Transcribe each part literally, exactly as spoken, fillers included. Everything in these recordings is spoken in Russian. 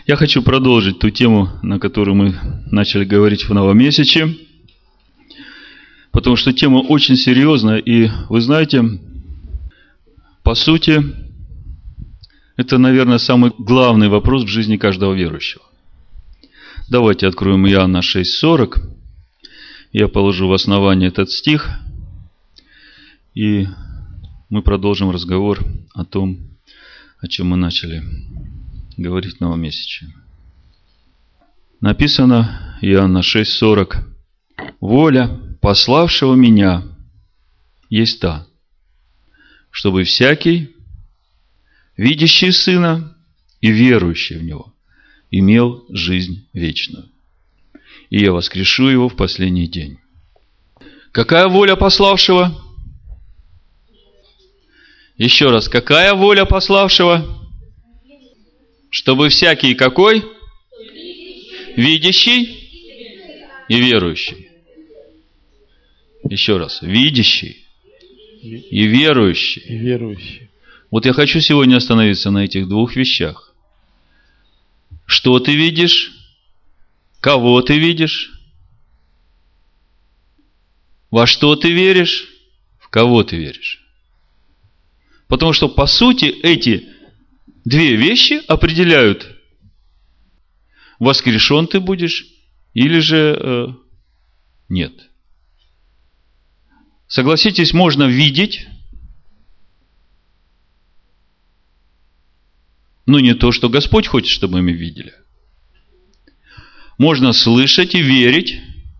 Я хочу продолжить ту тему, на которую мы начали говорить в новом месяце, потому что тема очень серьезная, и вы знаете, по сути, это, наверное, самый главный вопрос в жизни каждого верующего. Давайте откроем Иоанна шесть сорок. Я положу в основание этот стих, и мы продолжим разговор о том, о чем мы начали говорить в новом месяце. Написано, Иоанна шесть сорок. «Воля пославшего меня есть та, чтобы всякий, видящий Сына и верующий в Него, имел жизнь вечную. И я воскрешу его в последний день». Какая воля пославшего? Еще раз, какая воля пославшего? Чтобы всякий какой? Видящий и верующий. Еще раз, видящий и верующий. И верующий. Вот я хочу сегодня остановиться на этих двух вещах. Что ты видишь? Кого ты видишь? Во что ты веришь? В кого ты веришь? Потому что, по сути, эти две вещи определяют, воскрешен ты будешь или же э, нет. Согласитесь, можно видеть, но не то, что Господь хочет, чтобы мы видели. Можно слышать и верить,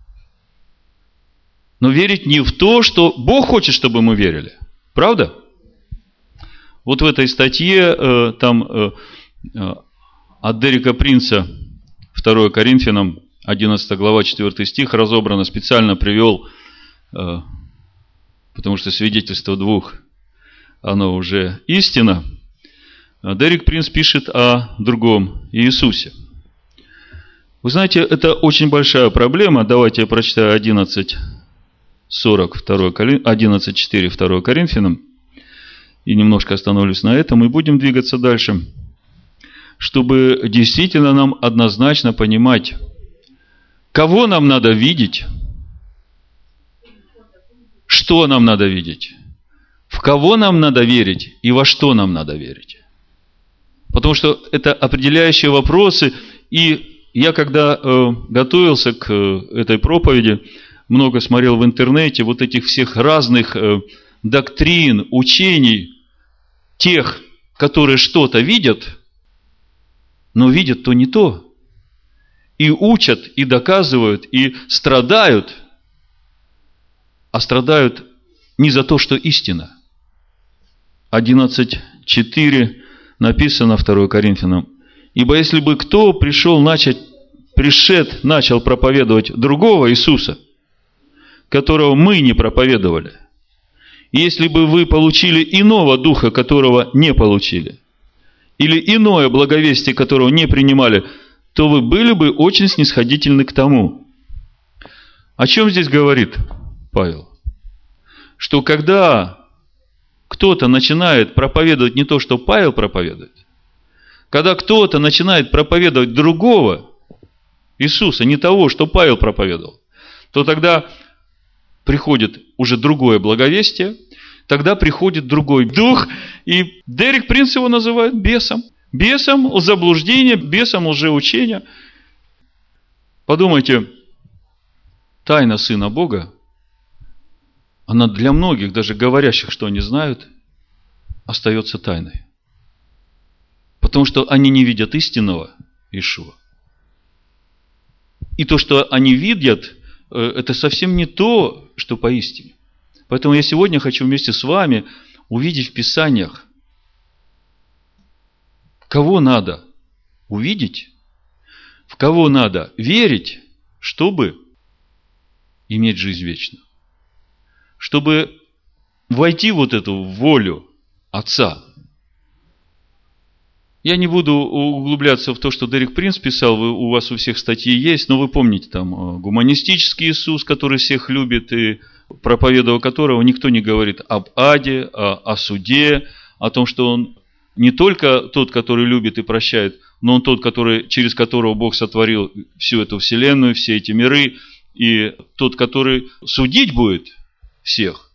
но верить не в то, что Бог хочет, чтобы мы верили. Правда? Вот в этой статье, э, там э, э, от Дерека Принца, второе Коринфянам, одиннадцатая глава, четвёртый стих, разобрано, специально привел, э, потому что свидетельство двух, оно уже истина. Дерек Принц пишет о другом Иисусе. Вы знаете, это очень большая проблема. Давайте я прочитаю одиннадцать сорок, одиннадцать четыре, второе Коринфянам. И немножко остановлюсь на этом, и будем двигаться дальше. Чтобы действительно нам однозначно понимать, кого нам надо видеть, что нам надо видеть, в кого нам надо верить и во что нам надо верить. Потому что это определяющие вопросы, и я, когда э, готовился к э, этой проповеди, много смотрел в интернете вот этих всех разных э, доктрин, учений, тех, которые что-то видят, но видят то не то. И учат, и доказывают, и страдают, а страдают не за то, что истина. одиннадцать четыре написано, второе Коринфянам: «Ибо если бы кто пришел начать, пришед, начал проповедовать другого Иисуса, которого мы не проповедовали, если бы вы получили иного духа, которого не получили, или иное благовестие, которого не принимали, то вы были бы очень снисходительны к тому». О чем здесь говорит Павел? Что когда кто-то начинает проповедовать не то, что Павел проповедует, когда кто-то начинает проповедовать другого Иисуса, не того, что Павел проповедовал, то тогда приходит уже другое благовестие, тогда приходит другой дух, и Дерек Принц его называет бесом. Бесом заблуждения, бесом лжеучения. Подумайте, тайна Сына Бога, она для многих, даже говорящих, что они знают, остается тайной. Потому что они не видят истинного Иешуа. И то, что они видят, это совсем не то, что поистине. Поэтому я сегодня хочу вместе с вами увидеть в Писаниях, кого надо увидеть, в кого надо верить, чтобы иметь жизнь вечную. Чтобы войти в вот эту волю Отца. Я не буду углубляться в то, что Дерек Принц писал, вы, у вас у всех статьи есть, но вы помните, там, гуманистический Иисус, который всех любит, и проповедуя которого никто не говорит об аде, о, о суде, о том, что Он не только тот, который любит и прощает, но Он тот, который, через которого Бог сотворил всю эту вселенную, все эти миры, и тот, который судить будет всех.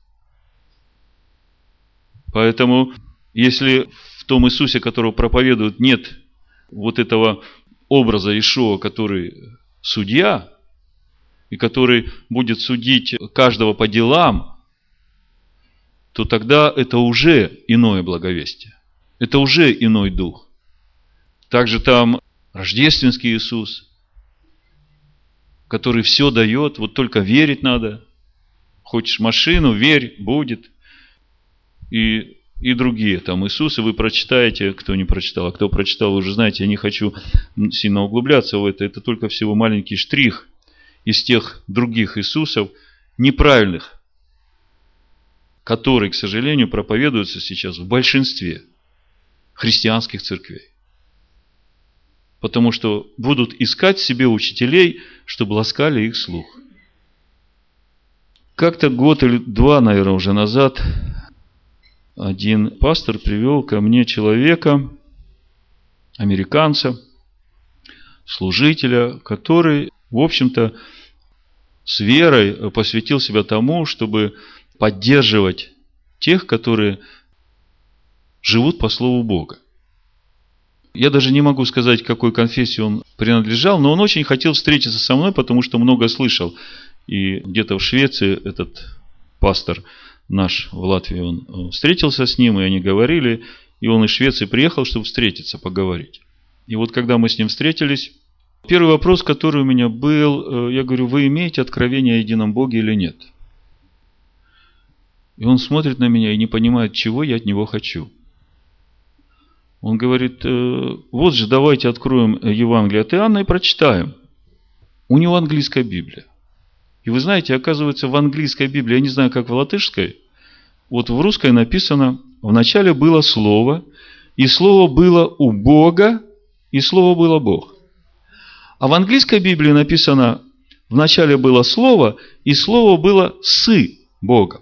Поэтому, если в том Иисусе, которого проповедуют, нет вот этого образа Иешуа, который судья, и который будет судить каждого по делам, то тогда это уже иное благовестие. Это уже иной дух. Также там рождественский Иисус, который все дает, вот только верить надо. Хочешь машину, верь, будет. И, и другие там Иисусы вы прочитаете, кто не прочитал. А кто прочитал, вы уже знаете, я не хочу сильно углубляться в это. Это только всего маленький штрих из тех других Иисусов, неправильных, которые, к сожалению, проповедуются сейчас в большинстве христианских церквей. Потому что будут искать себе учителей, чтобы ласкали их слух. Как-то год или два, наверное, уже назад один пастор привел ко мне человека, американца, служителя, который, в общем-то, с верой посвятил себя тому, чтобы поддерживать тех, которые живут по слову Бога. Я даже не могу сказать, к какой конфессии он принадлежал, но он очень хотел встретиться со мной, потому что много слышал. И где-то в Швеции этот пастор наш в Латвии, он встретился с ним, и они говорили, и он из Швеции приехал, чтобы встретиться, поговорить. И вот когда мы с ним встретились, первый вопрос, который у меня был, я говорю, вы имеете откровение о едином Боге или нет? И он смотрит на меня и не понимает, чего я от него хочу. Он говорит, вот же давайте откроем Евангелие от Иоанна и прочитаем. У него английская Библия. И вы знаете, оказывается, в английской Библии, я не знаю, как в латышской, вот в русской написано, вначале было Слово, и Слово было у Бога, и Слово было Бог. А в английской Библии написано, вначале было Слово, и Слово было с Богом.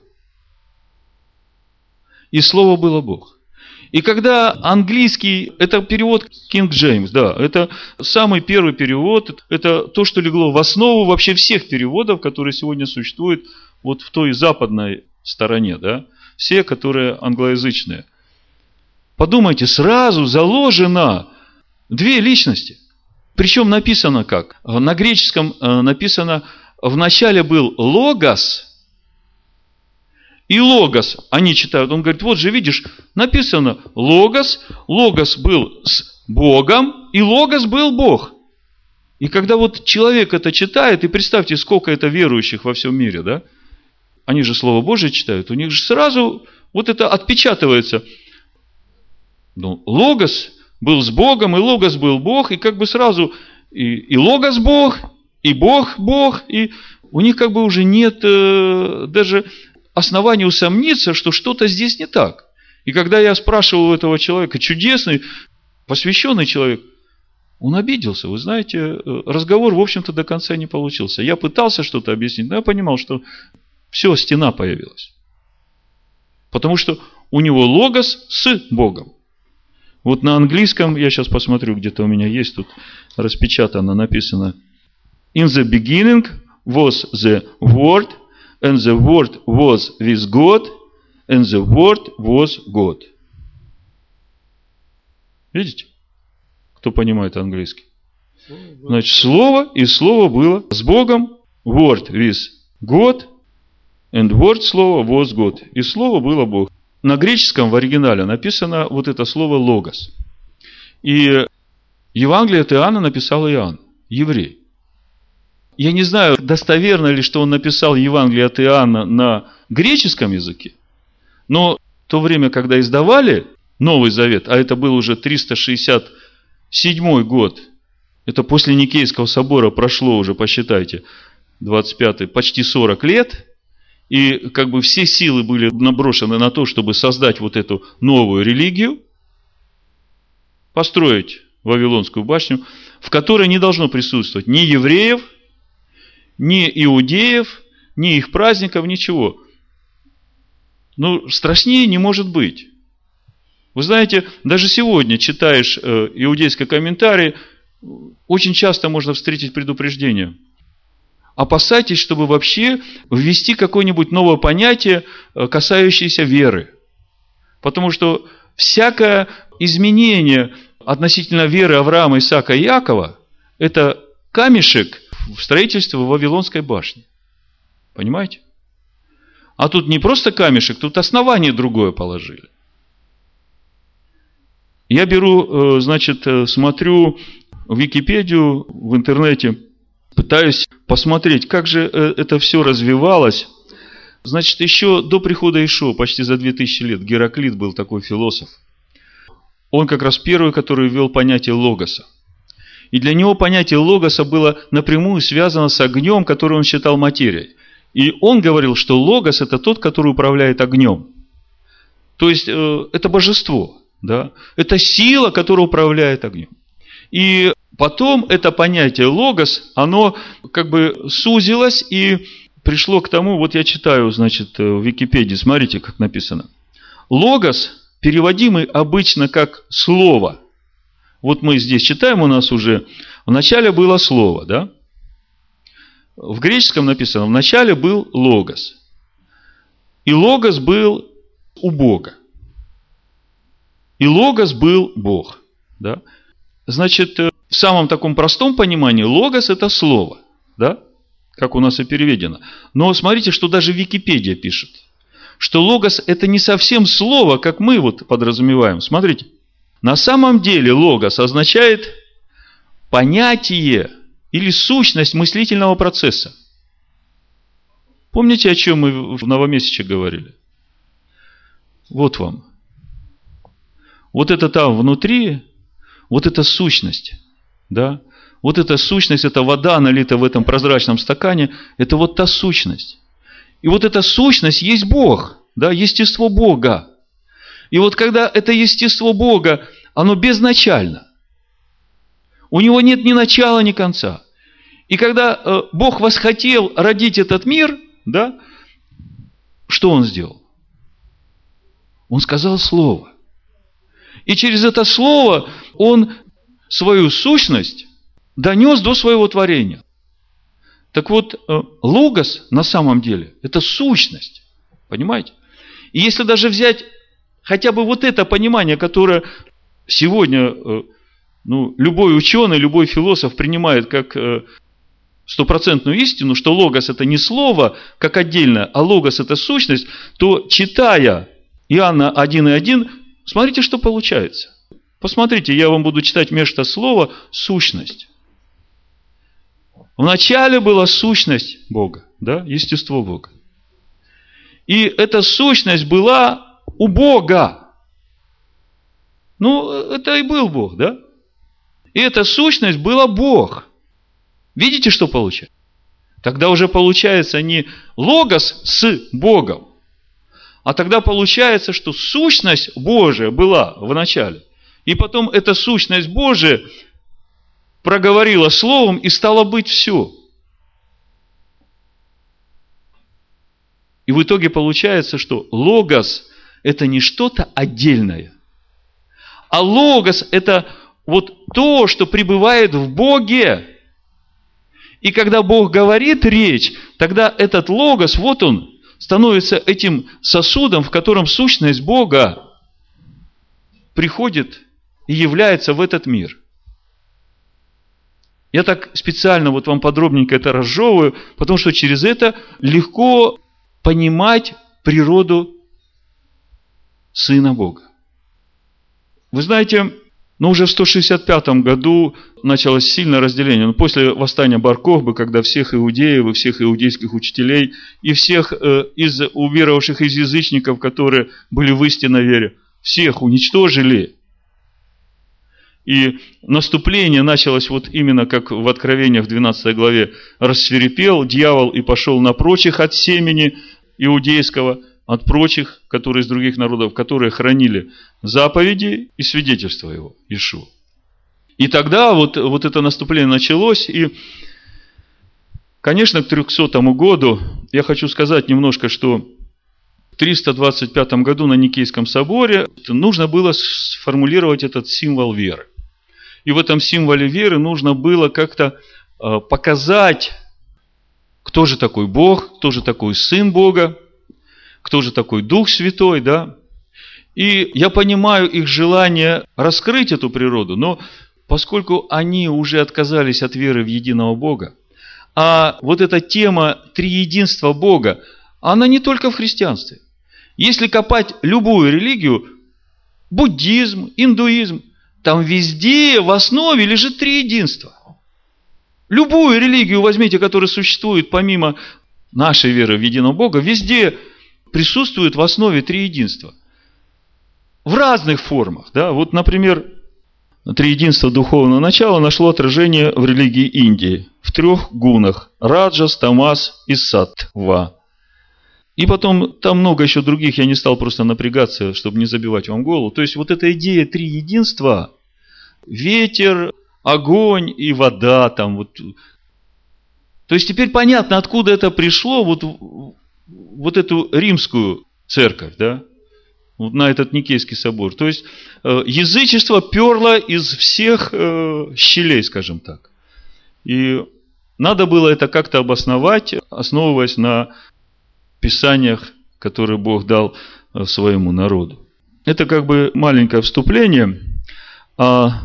И Слово было Бог. И когда английский, это перевод King James, да, это самый первый перевод, это то, что легло в основу вообще всех переводов, которые сегодня существуют вот в той западной стороне, да, все, которые англоязычные. Подумайте, сразу заложено две личности. Причем написано как? На греческом написано, вначале был логос, и логос, они читают, он говорит, вот же видишь, написано логос, логос был с Богом, и логос был Бог. И когда вот человек это читает, и представьте, сколько это верующих во всем мире, да? Они же Слово Божие читают, у них же сразу вот это отпечатывается. Ну, логос был с Богом, и логос был Бог, и как бы сразу и, и логос Бог, и Бог Бог, и у них как бы уже нет э, даже оснований усомниться, что что-то здесь не так. И когда я спрашивал у этого человека, чудесный, посвященный человек, он обиделся. Вы знаете, разговор, в общем-то, до конца не получился. Я пытался что-то объяснить, но я понимал, что все, стена появилась. Потому что у него логос с Богом. Вот на английском, я сейчас посмотрю, где-то у меня есть тут распечатано, написано In the beginning was the word, and the word was with God, and the word was God. Видите? Кто понимает английский? Значит, слово, и слово было с Богом, word with God, and word слово was God. И слово было Бог. На греческом в оригинале написано вот это слово логос. И Евангелие от Иоанна написал Иоанн, еврей. Я не знаю, достоверно ли, что он написал Евангелие от Иоанна на греческом языке, но в то время, когда издавали Новый Завет, а это был уже триста шестьдесят седьмой год, это после Никейского собора прошло уже, посчитайте, двадцать пятый, почти сорок лет, и как бы все силы были наброшены на то, чтобы создать вот эту новую религию, построить Вавилонскую башню, в которой не должно присутствовать ни евреев, ни иудеев, ни их праздников, ничего. Ну, страшнее не может быть. Вы знаете, даже сегодня читаешь э, иудейский комментарий, очень часто можно встретить предупреждение. Опасайтесь, чтобы вообще ввести какое-нибудь новое понятие, касающееся веры. Потому что всякое изменение относительно веры Авраама, Исаака и Иакова – это камешек в строительстве Вавилонской башни. Понимаете? А тут не просто камешек, тут основание другое положили. Я беру, значит, смотрю в Википедию, в интернете, пытаюсь посмотреть, как же это все развивалось. Значит, еще до прихода Иешуа, почти за две тысячи лет, Гераклит был такой философ. Он как раз первый, который ввел понятие логоса. И для него понятие логоса было напрямую связано с огнем, который он считал материей. И он говорил, что логос – это тот, который управляет огнем. То есть, это божество, да? Это сила, которая управляет огнем. И потом это понятие логос, оно как бы сузилось и пришло к тому, вот я читаю, значит, в Википедии, смотрите, как написано. Логос, переводимый обычно как слово. Вот мы здесь читаем, у нас уже в начале было слово, да? В греческом написано, в начале был логос. И логос был у Бога. И логос был Бог, да? Значит, в самом таком простом понимании логос – это слово, да? Как у нас и переведено. Но смотрите, что даже Википедия пишет, что логос – это не совсем слово, как мы вот подразумеваем. Смотрите, на самом деле логос означает понятие или сущность мыслительного процесса. Помните, о чем мы в Новомесяче говорили? Вот вам. Вот это там внутри, вот эта сущность, да? Вот эта сущность, это вода, налита в этом прозрачном стакане, это вот та сущность. И вот эта сущность есть Бог, да, естество Бога. И вот когда это естество Бога, оно безначально. У него нет ни начала, ни конца. И когда э, Бог восхотел родить этот мир, да, что Он сделал? Он сказал слово. И через это слово Он свою сущность донес до своего творения. Так вот, э, логос на самом деле это сущность. Понимаете? И если даже взять хотя бы вот это понимание, которое сегодня э, ну, любой ученый, любой философ принимает как э, стопроцентную истину, что логос это не слово, как отдельное, а логос это сущность, то читая Иоанна один и один, смотрите, что получается. Посмотрите, я вам буду читать вместо слова сущность. Вначале была сущность Бога, да, естество Бога. И эта сущность была у Бога. Ну, это и был Бог, да? И эта сущность была Бог. Видите, что получается? Тогда уже получается не логос с Богом, а тогда получается, что сущность Божия была в начале. И потом эта сущность Божия проговорила словом, и стало быть все. И в итоге получается, что логос – это не что-то отдельное, а логос – это вот то, что пребывает в Боге. И когда Бог говорит речь, тогда этот логос, вот он, становится этим сосудом, в котором сущность Бога приходит и является в этот мир. Я так специально вот вам подробненько это разжевываю, потому что через это легко понимать природу Сына Бога. Вы знаете, но уже в сто шестьдесят пятом году началось сильное разделение. После восстания Бар-Кохбы, когда всех иудеев и всех иудейских учителей и всех э, из уверовавших из язычников, которые были в истинной вере, всех уничтожили. И наступление началось вот именно как в Откровениях в двенадцатой главе. Рассвирепел дьявол и пошел на прочих от семени иудейского, от прочих, которые из других народов, которые хранили заповеди и свидетельства его, Иешуа. И тогда вот, вот это наступление началось, и, конечно, к трехсотому году, я хочу сказать немножко, что в триста двадцать пятом году на Никейском соборе нужно было сформулировать этот символ веры. И в этом символе веры нужно было как-то показать, кто же такой Бог, кто же такой Сын Бога, кто же такой Дух Святой, да? И я понимаю их желание раскрыть эту природу, но поскольку они уже отказались от веры в единого Бога, а вот эта тема триединства Бога, она не только в христианстве. Если копать любую религию, буддизм, индуизм, там везде в основе лежит триединство. Любую религию возьмите, которая существует помимо нашей веры в единого Бога, везде присутствует в основе триединства. В разных формах. Да? Вот, например, триединство духовного начала нашло отражение в религии Индии в трех гунах – раджас, тамас и саттва. И потом там много еще других, я не стал просто напрягаться, чтобы не забивать вам голову. То есть вот эта идея триединства – ветер, огонь и вода. Там вот. То есть теперь понятно, откуда это пришло, вот, вот эту римскую церковь, да? Вот на этот Никейский собор. То есть язычество перло из всех щелей, скажем так. И надо было это как-то обосновать, основываясь на писаниях, которые Бог дал своему народу. Это как бы маленькое вступление. А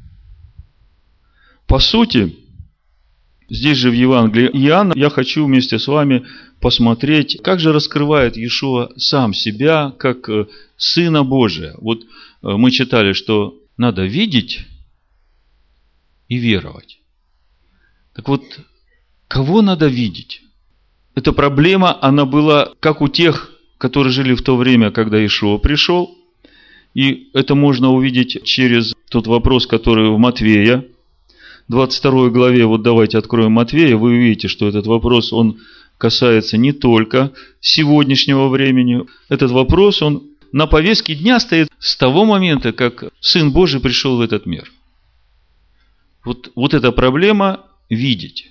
по сути, здесь же в Евангелии Иоанна я хочу вместе с вами посмотреть, как же раскрывает Иешуа сам себя как Сына Божия. Вот мы читали, что надо видеть и веровать. Так вот, кого надо видеть? Эта проблема, она была как у тех, которые жили в то время, когда Иешуа пришел. И это можно увидеть через тот вопрос, который в Матвея, двадцать второй главе. Вот давайте откроем Матвея. Вы увидите, что этот вопрос, он касается не только сегодняшнего времени. Этот вопрос, он на повестке дня стоит с того момента, как Сын Божий пришел в этот мир. Вот, вот эта проблема видеть.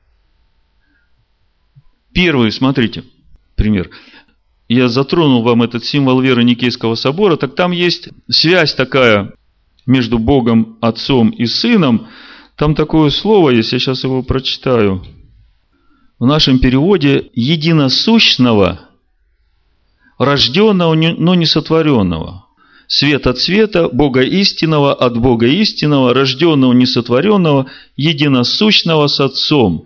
Первый, смотрите, пример. Я затронул вам этот символ веры Никейского собора, так там есть связь такая между Богом, Отцом и Сыном. Там такое слово есть, я сейчас его прочитаю. В нашем переводе единосущного, рожденного, но не сотворенного. Свет от света, Бога истинного от Бога истинного, рожденного, несотворенного, единосущного с Отцом.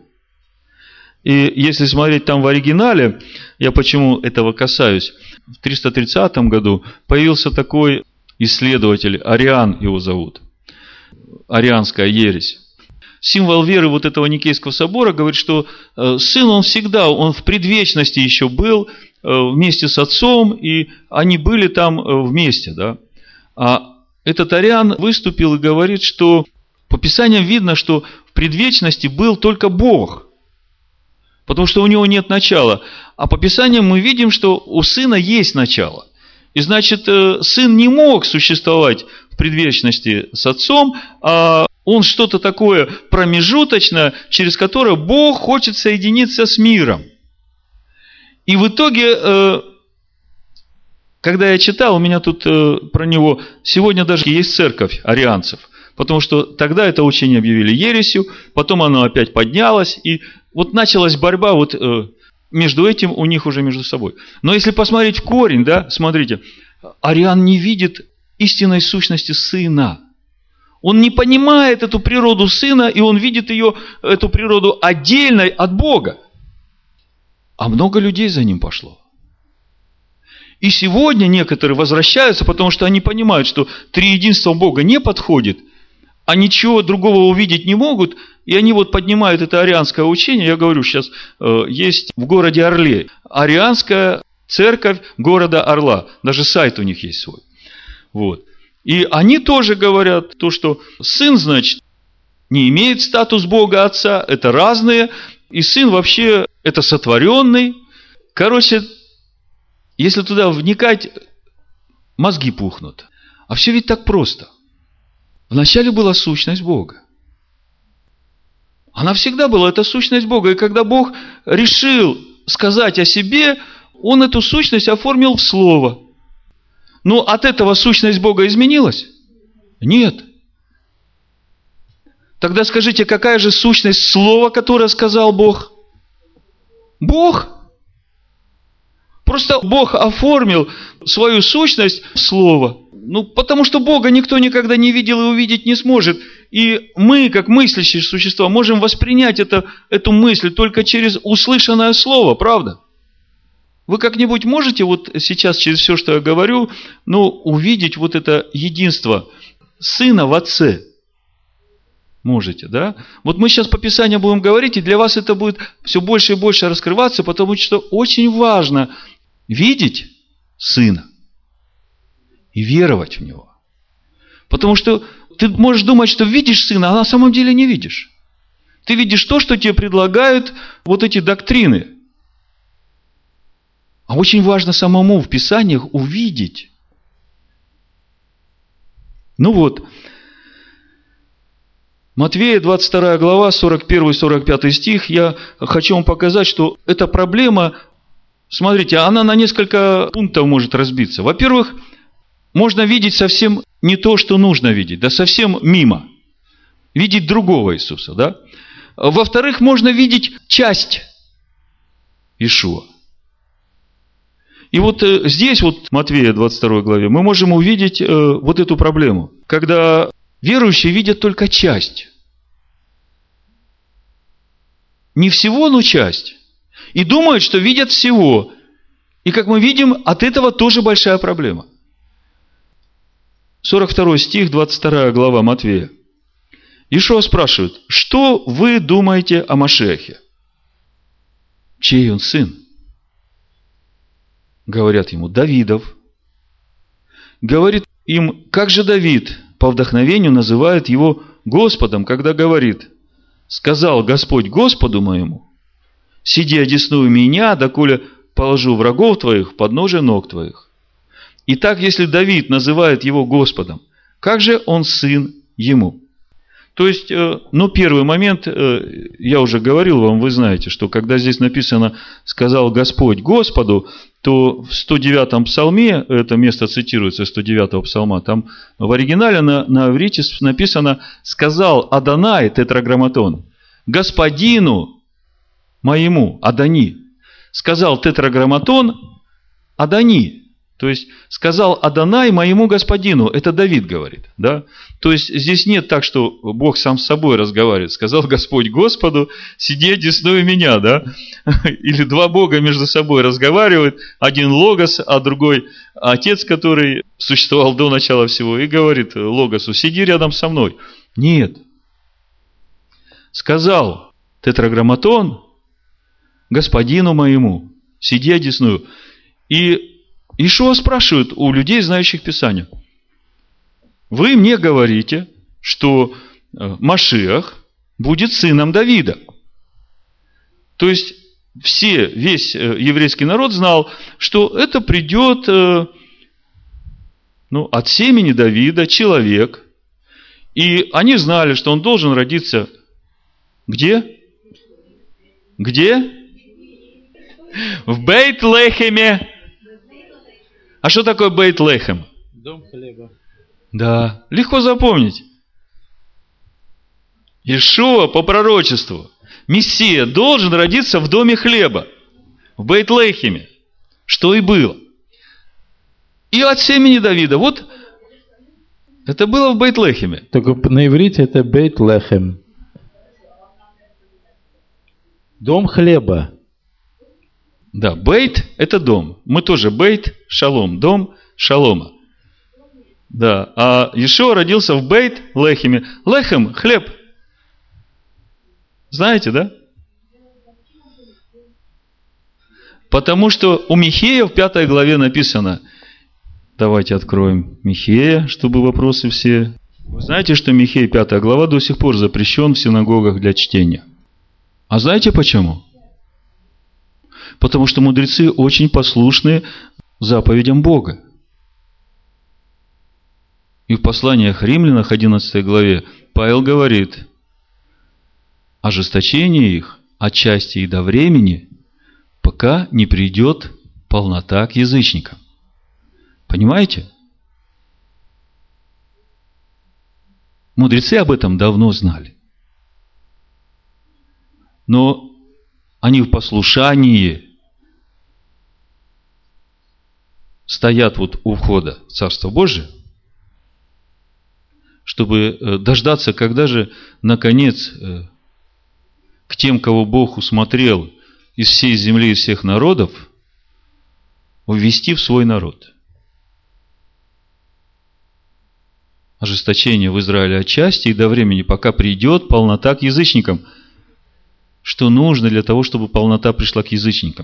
И если смотреть там в оригинале, я почему этого касаюсь, в триста тридцатом году появился такой исследователь, Ариан его зовут, арианская ересь. Символ веры вот этого Никейского собора говорит, что Сын, Он всегда, Он в предвечности еще был вместе с Отцом, и они были там вместе. Да? А этот Ариан выступил и говорит, что по Писаниям видно, что в предвечности был только Бог. Потому что у него нет начала. А по Писаниям мы видим, что у Сына есть начало. И значит, Сын не мог существовать в предвечности с Отцом, а Он что-то такое промежуточное, через которое Бог хочет соединиться с миром. И в итоге, когда я читал, у меня тут про него, сегодня даже есть церковь арианцев. Потому что тогда это учение объявили ересью, потом оно опять поднялось, и вот началась борьба вот между этим у них уже между собой. Но если посмотреть в корень, да, смотрите, Ариан не видит истинной сущности Сына. Он не понимает эту природу Сына, и он видит ее, эту природу отдельной от Бога. А много людей за ним пошло. И сегодня некоторые возвращаются, потому что они понимают, что триединство Бога не подходит, а ничего другого увидеть не могут, и они вот поднимают это арианское учение. Я говорю, сейчас э, есть в городе Орле арианская церковь города Орла, даже сайт у них есть свой. Вот. И они тоже говорят то, что Сын, значит, не имеет статус Бога Отца, это разные, и Сын вообще это сотворенный. Короче, если туда вникать, мозги пухнут. А все ведь так просто. Вначале была сущность Бога. Она всегда была, это сущность Бога. И когда Бог решил сказать о себе, Он эту сущность оформил в Слово. Но от этого сущность Бога изменилась? Нет. Тогда скажите, какая же сущность Слова, которое сказал Бог? Бог. Просто Бог оформил свою сущность в Слово. Ну, потому что Бога никто никогда не видел и увидеть не сможет. И мы, как мыслящие существа, можем воспринять это, эту мысль только через услышанное Слово, правда? Вы как-нибудь можете вот сейчас через все, что я говорю, ну, увидеть вот это единство Сына в Отце? Можете, да? Вот мы сейчас по Писанию будем говорить, и для вас это будет все больше и больше раскрываться, потому что очень важно видеть Сына и веровать в Него. Потому что ты можешь думать, что видишь Сына, а на самом деле не видишь. Ты видишь то, что тебе предлагают вот эти доктрины. А очень важно самому в Писаниях увидеть. Ну вот, Матвея, двадцать вторая глава, сорок первый сорок пятый стих, я хочу вам показать, что эта проблема, смотрите, она на несколько пунктов может разбиться. Во-первых, можно видеть совсем не то, что нужно видеть, да совсем мимо. Видеть другого Иисуса, да? Во-вторых, можно видеть часть Иешуа. И вот здесь, вот в Матвея двадцать второй главе, мы можем увидеть вот эту проблему, когда верующие видят только часть. Не всего, но часть. И думают, что видят всего. И как мы видим, от этого тоже большая проблема. сорок второй стих, двадцать вторая глава Матвея. Иешуа спрашивает, что вы думаете о Машиахе? Чей он сын? Говорят ему, Давидов. Говорит им, как же Давид по вдохновению называет его Господом, когда говорит, сказал Господь Господу моему, сиди одесную меня, доколе положу врагов твоих в подножие ног твоих. Итак, если Давид называет его Господом, как же он сын ему? То есть, ну, первый момент, я уже говорил вам, вы знаете, что когда здесь написано «сказал Господь Господу», то в сто девятом псалме, это место цитируется, сто девятого псалма, там в оригинале на, на иврите написано «сказал Адонай, тетраграмматон, господину моему, Адони». Сказал тетраграмматон Адони. То есть, сказал Адонай моему господину. Это Давид говорит. Да? То есть, здесь нет так, что Бог сам с собой разговаривает. Сказал Господь Господу, сиди одесную меня. Да? Или два Бога между собой разговаривают. Один Логос, а другой Отец, который существовал до начала всего. И говорит Логосу, сиди рядом со мной. Нет. Сказал тетраграмматон господину моему, сиди одесную. И Иешуа спрашивает у людей, знающих Писание, вы мне говорите, что Машиах будет сыном Давида. То есть, все, весь еврейский народ знал, что это придет ну, от семени Давида человек. И они знали, что он должен родиться где? Где? В Бейт-Лехеме. А что такое Бейт-Лехем? Дом хлеба. Да, легко запомнить. Иешуа по пророчеству, Мессия должен родиться в доме хлеба, в Бейт-Лехеме, что и было. И от семени Давида, вот, это было в Бейт-Лехеме. Только на иврите это Бейт-Лехем. Дом хлеба. Да, Бейт – это дом. Мы тоже Бейт, Шалом, дом Шалома. Да, а Иешуа родился в Бейт-Лехеме. Лехем – хлеб. Знаете, да? Потому что у Михея в пятой главе написано, давайте откроем Михея, чтобы вопросы все. Вы знаете, что Михей пятая глава до сих пор запрещен в синагогах для чтения. А знаете почему? Потому что мудрецы очень послушны заповедям Бога. И в посланиях Римлянах, одиннадцатой главе, Павел говорит, ожесточение их отчасти и до времени, пока не придет полнота к язычникам. Понимаете? Мудрецы об этом давно знали. Но они в послушании стоят вот у входа в Царство Божие, чтобы дождаться, когда же, наконец, к тем, кого Бог усмотрел из всей земли и всех народов, ввести в свой народ. Ожесточение в Израиле отчасти и до времени, пока придет полнота к язычникам. Что нужно для того, чтобы полнота пришла к язычникам?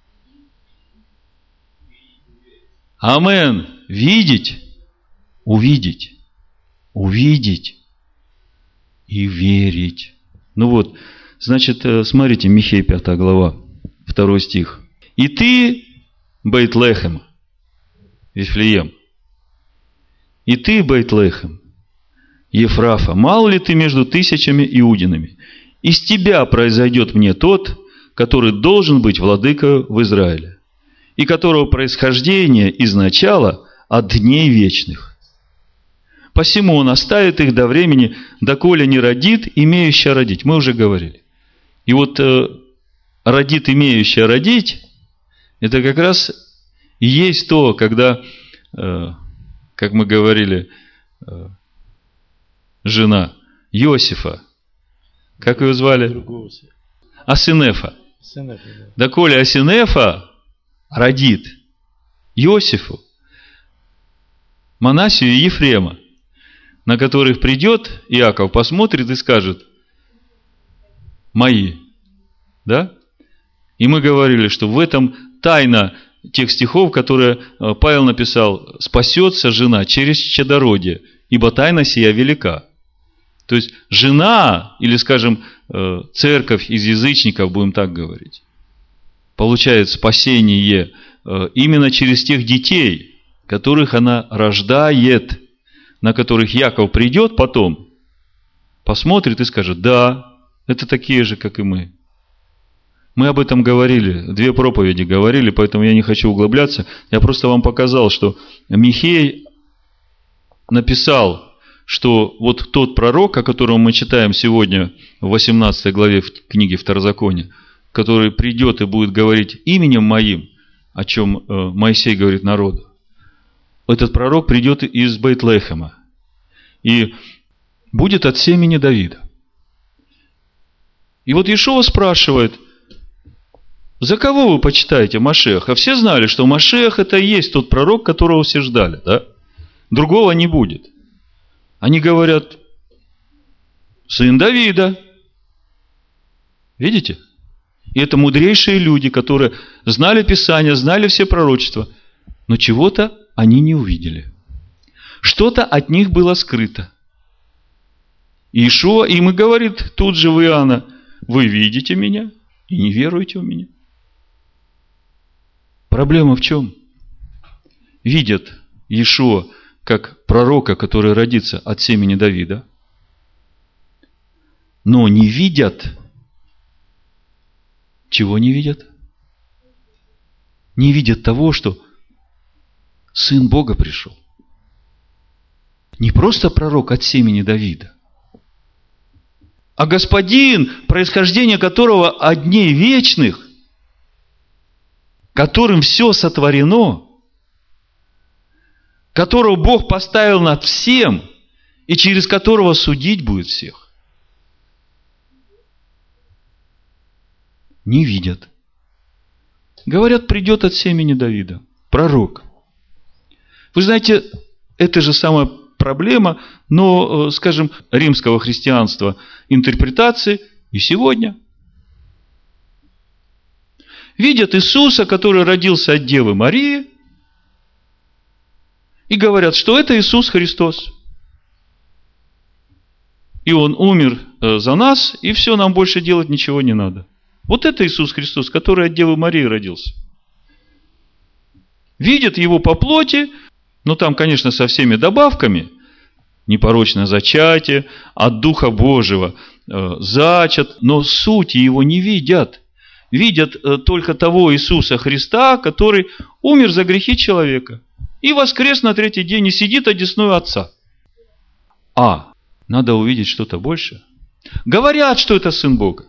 Амен. Видеть, увидеть, увидеть и верить. Ну вот, значит, смотрите, Михея пятая глава, второй стих. И ты, Бейт-Лехем, Вифлеем, и ты, Бейт-Лехем, Ефрафа, мал ли ты между тысячами иудинами? Из тебя произойдет мне тот, который должен быть владыка в Израиле, и которого происхождение из начала от дней вечных. Посему он оставит их до времени, доколе не родит, имеющая родить. Мы уже говорили. И вот э, родит, имеющая родить, это как раз и есть то, когда, э, как мы говорили, э, жена Иосифа, как ее звали? Асинефа. Доколе Асинефа родит Иосифу, Манасию и Ефрема, на которых придет Иаков, посмотрит и скажет: мои. Да? И мы говорили, что в этом тайна тех стихов, которые Павел написал: спасется жена через чадородие, ибо тайна сия велика. То есть, жена, или, скажем, церковь из язычников, будем так говорить, получает спасение именно через тех детей, которых она рождает, на которых Яков придет потом, посмотрит и скажет: да, это такие же, как и мы. Мы об этом говорили, две проповеди говорили, поэтому я не хочу углубляться. Я просто вам показал, что Михей написал, что вот тот пророк, о котором мы читаем сегодня в восемнадцатой главе книги Второзакония, который придет и будет говорить именем моим, о чем Моисей говорит народу, этот пророк придет из Бейт-Лехема и будет от семени Давида. И вот Иешуа спрашивает: за кого вы почитаете Машеха? Все знали, что Машех это и есть тот пророк, которого все ждали, да? Другого не будет. Они говорят: сын Давида. Видите? И это мудрейшие люди, которые знали Писание, знали все пророчества, но чего-то они не увидели. Что-то от них было скрыто. Иешуа им и говорит тут же в Иоанна: вы видите меня и не веруете в меня. Проблема в чем? Видят Иешуа как пророка, который родится от семени Давида, но не видят. Чего не видят? Не видят того, что Сын Бога пришел. Не просто пророк от семени Давида, а Господин, происхождение которого от дней вечных, которым все сотворено, которого Бог поставил над всем, и через которого судить будет всех. Не видят. Говорят, придет от семени Давида. Пророк. Вы знаете, это же самая проблема, но, скажем, римского христианства, интерпретации и сегодня. Видят Иисуса, который родился от Девы Марии, и говорят, что это Иисус Христос. И Он умер за нас, и все, нам больше делать ничего не надо. Вот это Иисус Христос, который от Девы Марии родился. Видят Его по плоти, но там, конечно, со всеми добавками: непорочное зачатие, от Духа Божьего э, зачат, но сути Его не видят. видят только того Иисуса Христа, который умер за грехи человека и воскрес на третий день и сидит одесную Отца. А, надо увидеть что-то большее. Говорят, что это Сын Бога,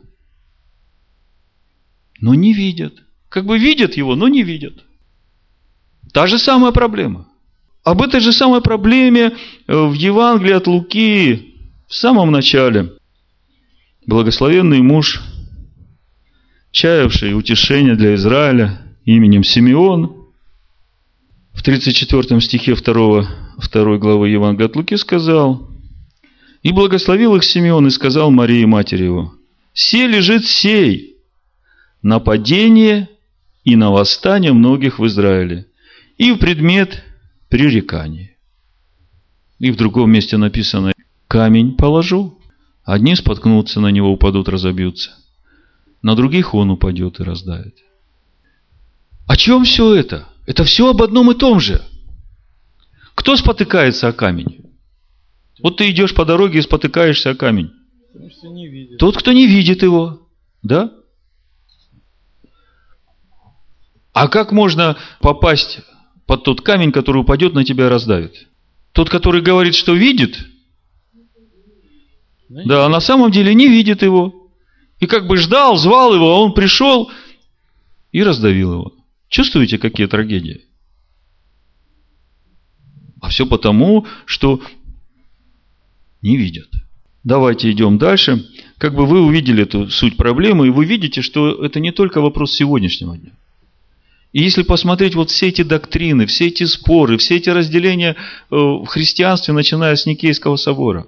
но не видят. Как бы видят Его, но не видят. Та же самая проблема. Об этой же самой проблеме в Евангелии от Луки в самом начале. Благословенный муж, чаявший утешение для Израиля именем Симеон, в тридцать четвёртом стихе второй главы Евангелия от Луки сказал: «И благословил их Симеон, и сказал Марии, матери его: се лежит сей на падение и на восстание многих в Израиле, и в предмет пререкания». И в другом месте написано: «Камень положу, одни споткнутся на него, упадут, разобьются, на других он упадет и раздавит». О чем все это? Это все об одном и том же. Кто спотыкается о камень? Вот ты идешь по дороге и спотыкаешься о камень. Тот, кто не видит его. Да? А как можно попасть под тот камень, который упадет на тебя и раздавит? Тот, который говорит, что видит, да, а на самом деле не видит его. И как бы ждал, звал его, а он пришел и раздавил его. Чувствуете, какие трагедии? А все потому, что не видят. Давайте идем дальше. Как бы вы увидели эту суть проблемы, и вы видите, что это не только вопрос сегодняшнего дня. И если посмотреть вот все эти доктрины, все эти споры, все эти разделения в христианстве, начиная с Никейского собора,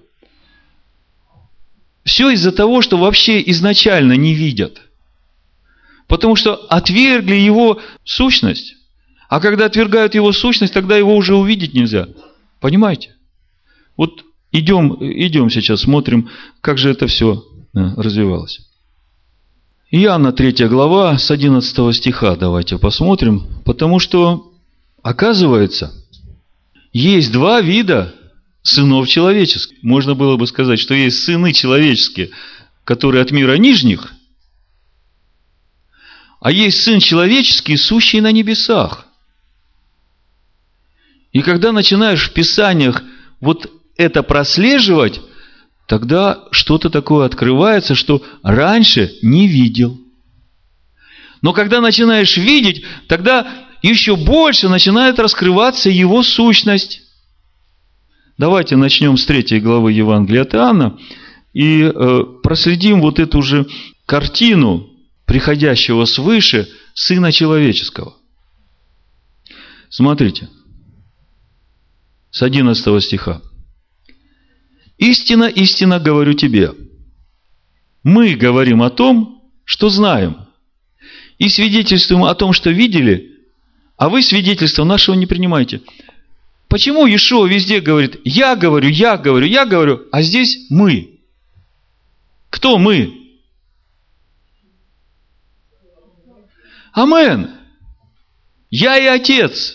все из-за того, что вообще изначально не видят. Потому что отвергли его сущность. А когда отвергают его сущность, тогда его уже увидеть нельзя. Понимаете? Вот идем, идем сейчас, смотрим, как же это все развивалось. Иоанна третья глава, с одиннадцатого стиха давайте посмотрим. Потому что, оказывается, есть два вида сынов человеческих. Можно было бы сказать, что есть сыны человеческие, которые от мира нижних, а есть сын человеческий, сущий на небесах. И когда начинаешь в Писаниях вот это прослеживать, тогда что-то такое открывается, что раньше не видел. Но когда начинаешь видеть, тогда еще больше начинает раскрываться его сущность. Давайте начнем с третьей главы Евангелия от Иоанна и э, проследим вот эту же картину приходящего свыше Сына Человеческого. Смотрите, с одиннадцатого стиха. «Истинно, истинно говорю тебе, мы говорим о том, что знаем, и свидетельствуем о том, что видели, а вы свидетельства нашего не принимаете». Почему Иешуа везде говорит: «Я говорю, я говорю, я говорю», а здесь «мы»? Кто мы? Амен. Я и Отец.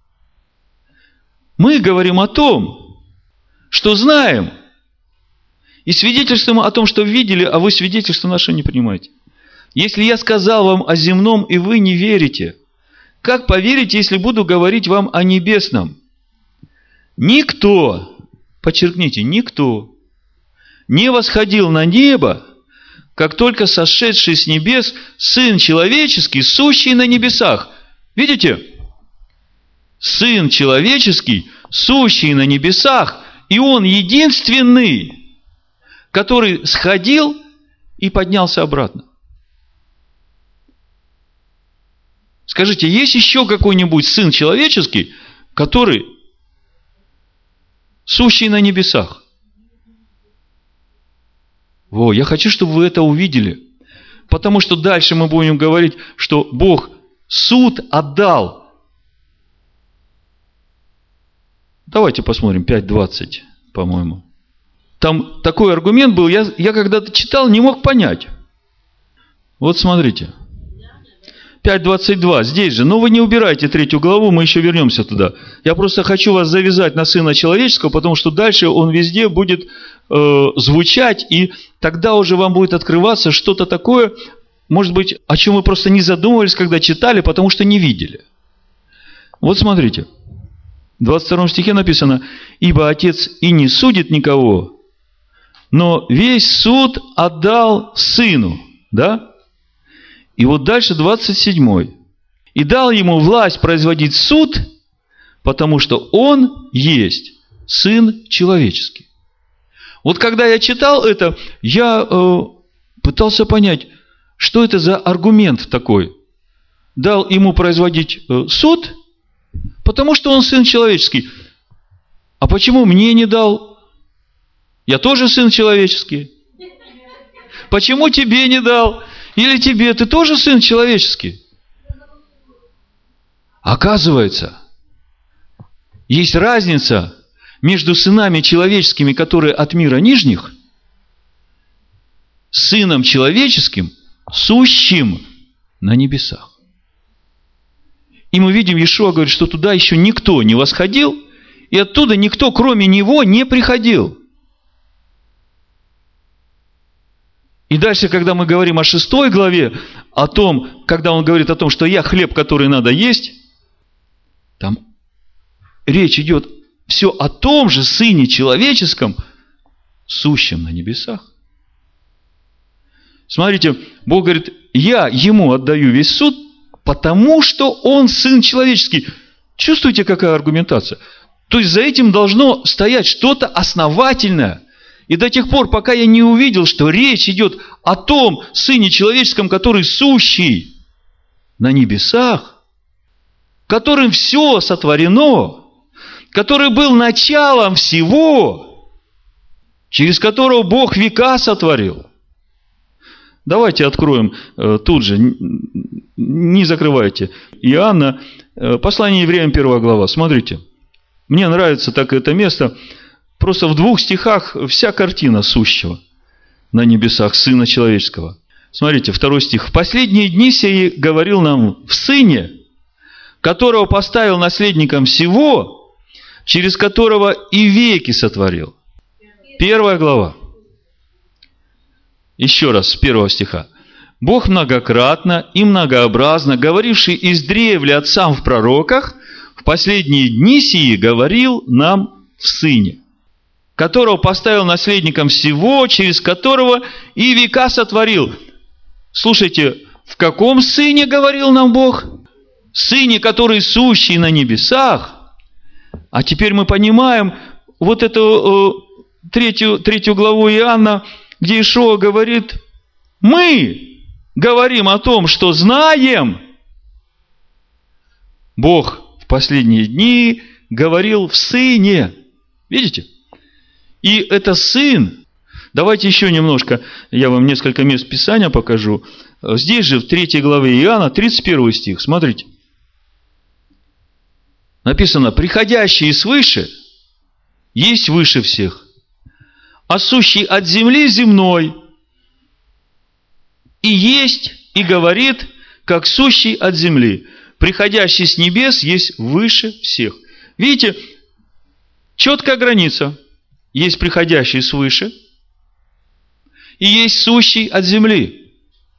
Мы говорим о том, что знаем, и свидетельствуем о том, что видели, а вы свидетельство наше не принимаете. Если я сказал вам о земном, и вы не верите, как поверите, если буду говорить вам о небесном? Никто, подчеркните, никто не восходил на небо, как только сошедший с небес Сын Человеческий, сущий на небесах. Видите? Сын Человеческий, сущий на небесах, и Он единственный, который сходил и поднялся обратно. Скажите, есть еще какой-нибудь Сын Человеческий, который сущий на небесах? Во, я хочу, чтобы вы это увидели. Потому что дальше мы будем говорить, что Бог суд отдал. Давайте посмотрим, пять двадцать, по-моему. Там такой аргумент был, я, я когда-то читал, не мог понять. Вот смотрите. пять двадцать два, здесь же. Но вы не убирайте третью главу, мы еще вернемся туда. Я просто хочу вас завязать на Сына Человеческого, потому что дальше он везде будет э, звучать, и тогда уже вам будет открываться что-то такое, может быть, о чем мы просто не задумывались, когда читали, потому что не видели. Вот смотрите. В двадцать втором стихе написано: «Ибо Отец и не судит никого, но весь суд отдал Сыну». Да? И вот дальше двадцать седьмой. «И дал ему власть производить суд, потому что он есть Сын человеческий». Вот когда я читал это, я э, пытался понять, что это за аргумент такой. Дал ему производить э, суд, потому что он Сын человеческий. А почему мне не дал? Я тоже Сын человеческий. Почему тебе не дал? Или тебе? Ты тоже Сын человеческий. Оказывается, есть разница между сынами человеческими, которые от мира нижних, Сыном человеческим, сущим на небесах. И мы видим, Иешуа говорит, что туда еще никто не восходил, и оттуда никто, кроме Него, не приходил. И дальше, когда мы говорим о шестой главе, о том, когда он говорит о том, что я хлеб, который надо есть, там речь идет все о том же Сыне Человеческом, сущем на небесах. Смотрите, Бог говорит: я Ему отдаю весь суд, потому что Он Сын Человеческий. Чувствуете, какая аргументация? То есть за этим должно стоять что-то основательное. И до тех пор, пока я не увидел, что речь идет о том Сыне Человеческом, который сущий на небесах, которым все сотворено, который был началом всего, через которого Бог века сотворил. Давайте откроем э, тут же, не закрывайте. Иоанна, э, послание евреям, первая глава. Смотрите, мне нравится так это место. Просто в двух стихах вся картина сущего на небесах Сына Человеческого. Смотрите, второй стих. «В последние дни сии говорил нам в Сыне, которого поставил наследником всего, через которого и веки сотворил». Первая глава. Еще раз, с первого стиха. «Бог многократно и многообразно, говоривший издревле отцам в пророках, в последние дни сии говорил нам в Сыне, которого поставил наследником всего, через которого и века сотворил». Слушайте, в каком Сыне говорил нам Бог? Сыне, который сущий на небесах. А теперь мы понимаем вот эту э, третью, третью главу Иоанна, где Иешуа говорит: мы говорим о том, что знаем. Бог в последние дни говорил в Сыне. Видите? И это Сын. Давайте еще немножко, я вам несколько мест Писания покажу. Здесь же в третьей главе Иоанна, тридцать первый стих, смотрите. Написано: «Приходящий свыше есть выше всех, а сущий от земли земной и есть, и говорит, как сущий от земли. Приходящий с небес есть выше всех». Видите, четкая граница. Есть приходящий свыше, и есть сущий от земли.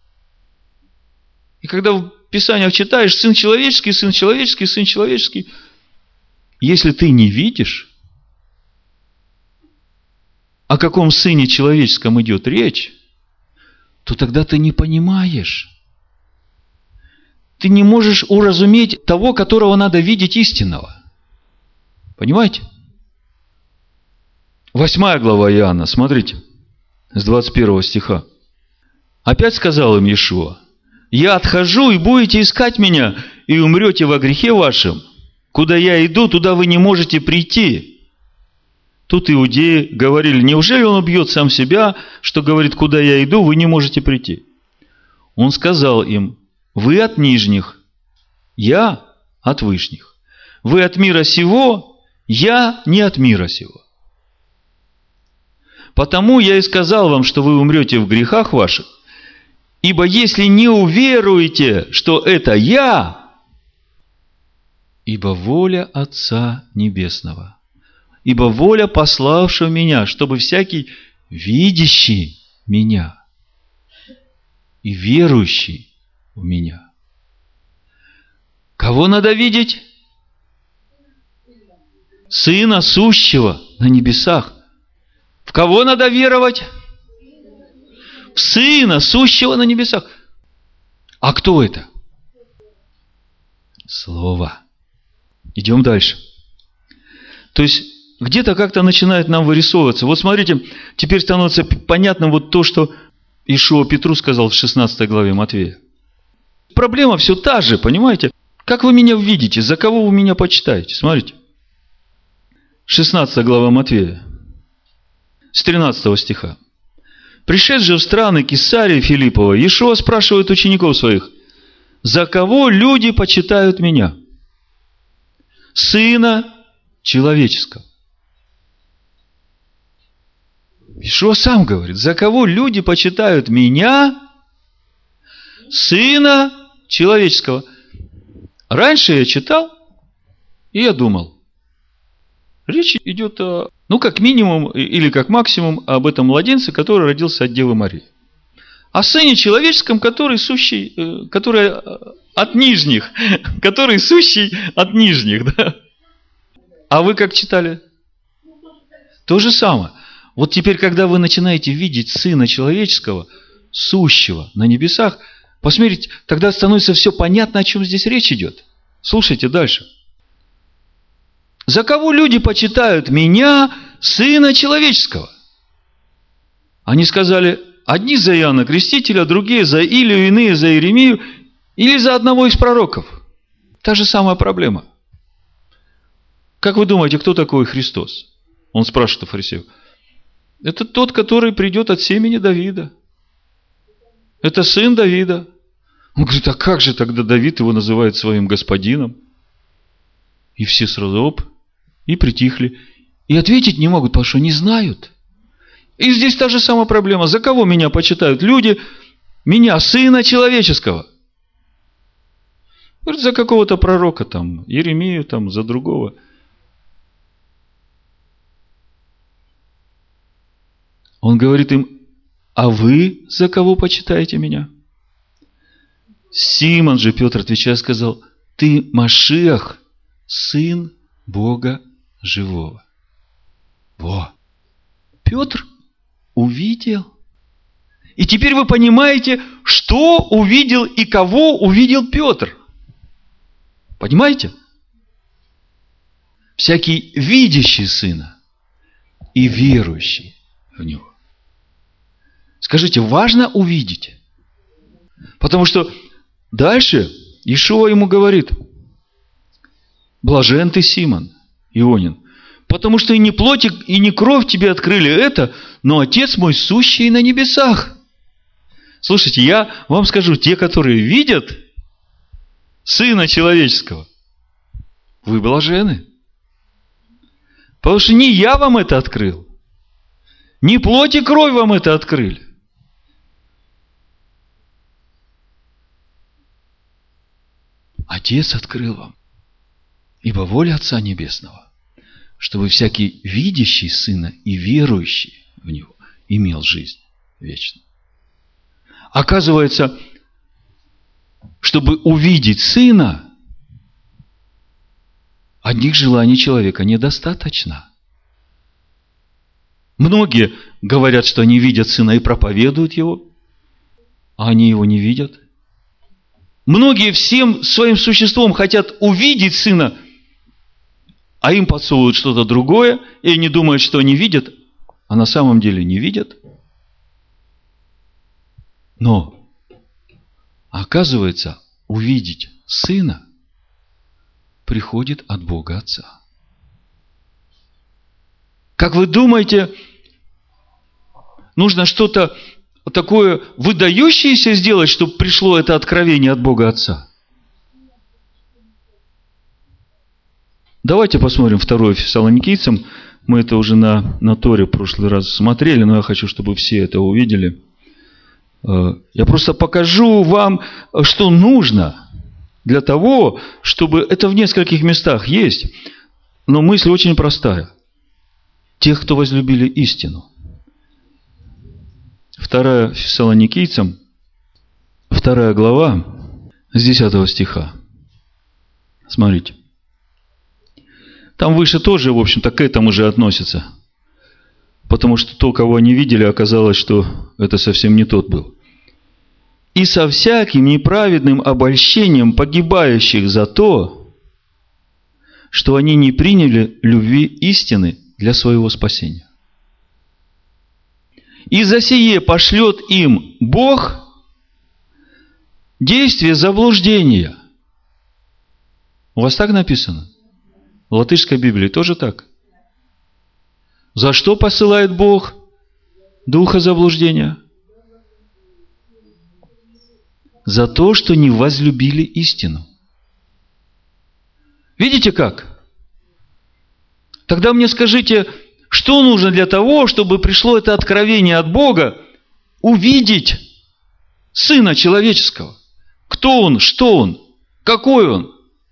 И когда в Писаниях читаешь Сын Человеческий, Сын Человеческий, Сын Человеческий, если ты не видишь, о каком Сыне Человеческом идет речь, то тогда ты не понимаешь. Ты не можешь уразуметь того, которого надо видеть истинного. Понимаете? Восьмая глава Иоанна, смотрите, с двадцать первого стиха. «Опять сказал им Иешуа: я отхожу, и будете искать меня, и умрете во грехе вашем. Куда я иду, туда вы не можете прийти». Тут иудеи говорили: неужели он убьет сам себя, что говорит: куда я иду, вы не можете прийти? Он сказал им: вы от нижних, я от вышних. Вы от мира сего, я не от мира сего. Потому я и сказал вам, что вы умрете в грехах ваших, ибо если не уверуете, что это я, ибо воля Отца Небесного, ибо воля пославшего меня, чтобы всякий, видящий меня». и верующий в Меня. Кого надо видеть? Сына сущего на небесах. В кого надо веровать? В Сына сущего на небесах. А кто это? Слово. Идем дальше. То есть, где-то как-то начинает нам вырисовываться. Вот смотрите, теперь становится понятным вот то, что Иешуа Петру сказал в шестнадцатой главе Матфея. Проблема все та же, понимаете? Как вы меня видите? За кого вы меня почитаете? Смотрите. шестнадцатая глава Матфея. С тринадцатого стиха. «Пришед же в страны Кесарии Филиппова, Иешуа спрашивает учеников своих: за кого люди почитают меня? Сына человеческого». Иешуа сам говорит: за кого люди почитают меня? Сына человеческого. Раньше я читал, и я думал, речь идет о, ну, как минимум, или как максимум, об этом младенце, который родился от Девы Марии. О Сыне Человеческом, который сущий, который от нижних, который сущий от нижних, да? А вы как читали? То же самое. Вот теперь, когда вы начинаете видеть Сына Человеческого, сущего на небесах, посмотрите, тогда становится все понятно, о чем здесь речь идет. Слушайте дальше. За кого люди почитают меня, Сына Человеческого? Они сказали: одни за Иоанна Крестителя, другие за Илию, иные за Иеремию, или за одного из пророков. Та же самая проблема. Как вы думаете, кто такой Христос? Он спрашивает у фарисеев. Это тот, который придет от семени Давида. Это сын Давида. Он говорит: а как же тогда Давид его называет своим господином? И все сразу оп, и притихли. И ответить не могут, потому что не знают. И здесь та же самая проблема. За кого меня почитают люди? Меня, Сына Человеческого. Говорит, за какого-то пророка там, Иеремию там, за другого. Он говорит им: а вы за кого почитаете меня? Симон же, Петр, отвечая, сказал: ты Машиах, Сын Бога Живого. Во! Петр увидел. И теперь вы понимаете, что увидел и кого увидел Петр. Понимаете? Всякий видящий Сына и верующий в Него. Скажите, важно увидеть? Потому что дальше Иешуа ему говорит: блажен ты, Симон Ионин, потому что и не плоть, и не кровь тебе открыли это, но Отец мой, сущий на небесах. Слушайте, я вам скажу, те, которые видят Сына Человеческого, вы блажены. Потому что не я вам это открыл, не плоть и кровь вам это открыли. Отец открыл вам. Ибо воля Отца Небесного, чтобы всякий видящий Сына и верующий в Него имел жизнь вечную. Оказывается, чтобы увидеть Сына, одних желаний человека недостаточно. Многие говорят, что они видят Сына и проповедуют Его, а они Его не видят. Многие всем своим существом хотят увидеть Сына, а им подсовывают что-то другое, и они думают, что они видят, а на самом деле не видят. Но, оказывается, увидеть Сына приходит от Бога Отца. Как вы думаете, нужно что-то такое выдающееся сделать, чтобы пришло это откровение от Бога Отца? Давайте посмотрим второе Фессалоникийцам. Мы это уже на, на Торе в прошлый раз смотрели, но я хочу, чтобы все это увидели. Я просто покажу вам, что нужно для того, чтобы... Это в нескольких местах есть, но мысль очень простая. Тех, кто возлюбили истину. Вторая Фессалоникийцам, вторая глава, с десятого стиха. Смотрите. Там выше тоже, в общем-то, к этому же относится. Потому что то, кого они видели, оказалось, что это совсем не тот был. «И со всяким неправедным обольщением погибающих за то, что они не приняли любви истины для своего спасения. И за сие пошлет им Бог действие заблуждения». У вас так написано? В латышской Библии тоже так. За что посылает Бог духа заблуждения? За то, что не возлюбили истину. Видите как? Тогда мне скажите, что нужно для того, чтобы пришло это откровение от Бога, увидеть Сына Человеческого? Кто Он, что Он, какой Он?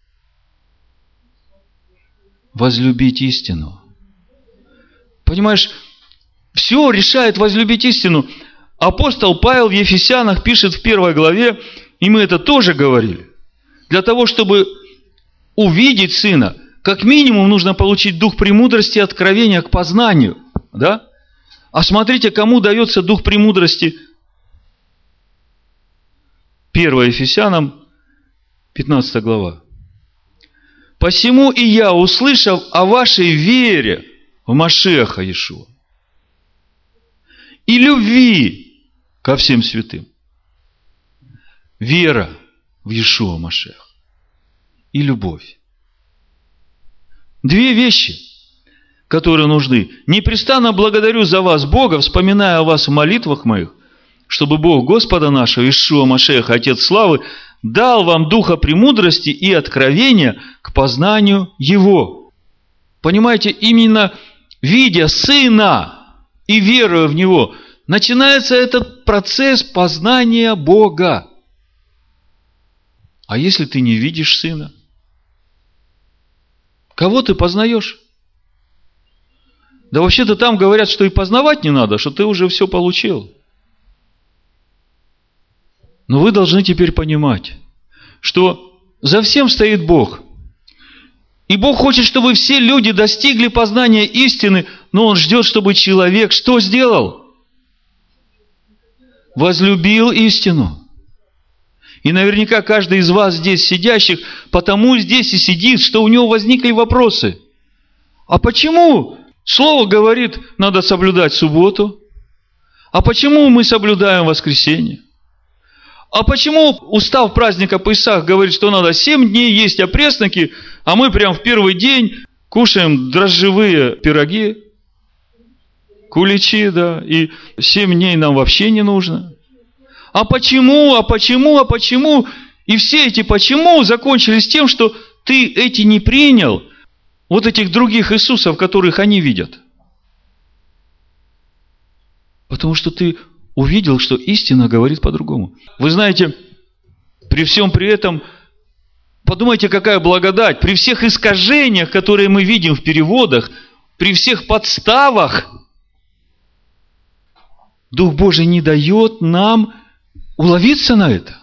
Возлюбить истину. Понимаешь, все решает возлюбить истину. Апостол Павел в Ефесянах пишет в первой главе, и мы это тоже говорили. Для того, чтобы увидеть Сына, как минимум нужно получить дух премудрости и откровения к познанию. Да? А смотрите, кому дается дух премудрости. первое Ефесянам, пятнадцатая глава. «Посему и я, услышав о вашей вере в Машиаха Иешуа и любви ко всем святым». Вера в Иешуа Машиаха и любовь. Две вещи, которые нужны. Непрестанно благодарю за вас Бога, вспоминая о вас в молитвах моих, чтобы Бог Господа нашего, Иешуа Машиаха, Отец славы, дал вам духа премудрости и откровения к познанию Его. Понимаете, именно видя Сына и веруя в Него, начинается этот процесс познания Бога. А если ты не видишь Сына? Кого ты познаешь? Да вообще-то там говорят, что и познавать не надо, что ты уже все получил. Но вы должны теперь понимать, что за всем стоит Бог. И Бог хочет, чтобы все люди достигли познания истины, но Он ждет, чтобы человек что сделал? Возлюбил истину. И наверняка каждый из вас здесь сидящих, потому здесь и сидит, что у него возникли вопросы. А почему Слово говорит, надо соблюдать субботу? А почему мы соблюдаем воскресенье? А почему устав праздника Песах говорит, что надо семь дней есть опресноки, а мы прям в первый день кушаем дрожжевые пироги, куличи, да, и семь дней нам вообще не нужно? А почему, а почему, а почему? И все эти почему закончились тем, что ты эти не принял, вот этих других Иисусов, которых они видят. Потому что ты увидел, что истина говорит по-другому. Вы знаете, при всем при этом, подумайте, какая благодать, при всех искажениях, которые мы видим в переводах, при всех подставах, Дух Божий не дает нам уловиться на это.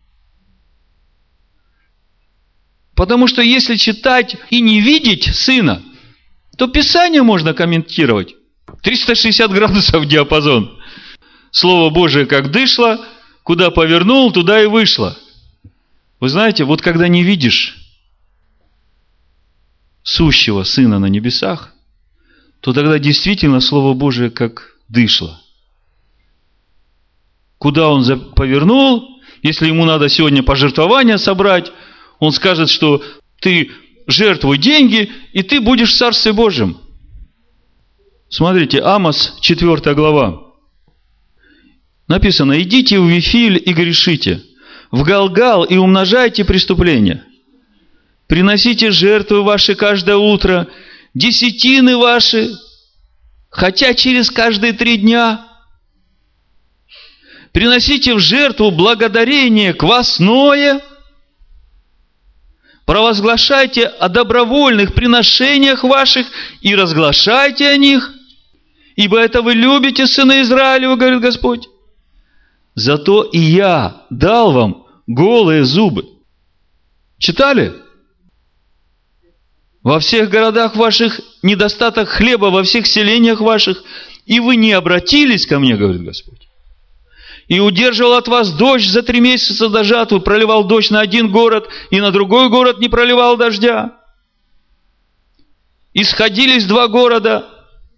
Потому что если читать и не видеть Сына, то Писание можно комментировать. триста шестьдесят градусов диапазон. Слово Божие как дышло, куда повернул, туда и вышло. Вы знаете, вот когда не видишь сущего Сына на небесах, то тогда действительно Слово Божие как дышло. Куда он повернул, если ему надо сегодня пожертвования собрать, он скажет, что ты жертвуй деньги, и ты будешь в Царстве Божьем. Смотрите, Амос, четвёртая глава. Написано: «Идите в Вифиль и грешите, в Галгал и умножайте преступления. Приносите жертвы ваши каждое утро, десятины ваши, хотя через каждые три дня. Приносите в жертву благодарение квасное, провозглашайте о добровольных приношениях ваших и разглашайте о них, ибо это вы любите, сыны Израилева, говорит Господь. Зато и я дал вам голые зубы. Читали? Во всех городах ваших недостаток хлеба, во всех селениях ваших, и вы не обратились ко мне, говорит Господь. И удерживал от вас дождь за три месяца до жатвы, проливал дождь на один город, и на другой город не проливал дождя. И сходились два города,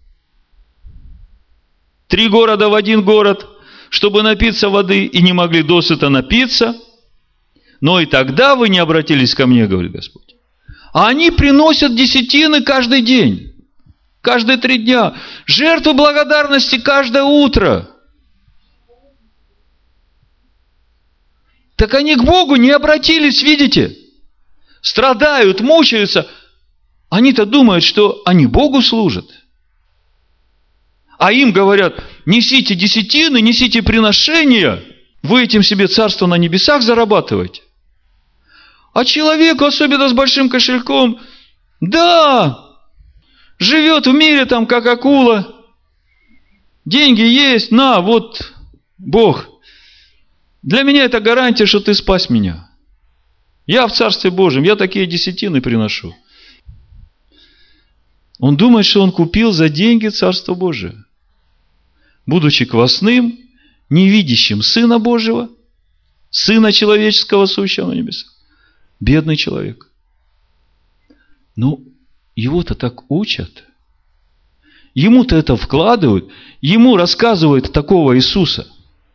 три города в один город, чтобы напиться воды, и не могли досыта напиться. Но и тогда вы не обратились ко мне, говорит Господь. А они приносят десятины каждый день, каждые три дня, жертву благодарности каждое утро. Так они к Богу не обратились, видите? Страдают, мучаются. Они-то думают, что они Богу служат. А им говорят, несите десятины, несите приношения, вы этим себе царство на небесах зарабатываете. А человеку, особенно с большим кошельком, да, живет в мире там, как акула, деньги есть, на, вот, Бог. Для меня это гарантия, что ты спас меня. Я в Царстве Божьем, я такие десятины приношу. Он думает, что он купил за деньги Царство Божие. Будучи квасным, невидящим Сына Божьего, Сына Человеческого, сущего на небесах. Бедный человек. Ну, его-то так учат. Ему-то это вкладывают. Ему рассказывают такого Иисуса.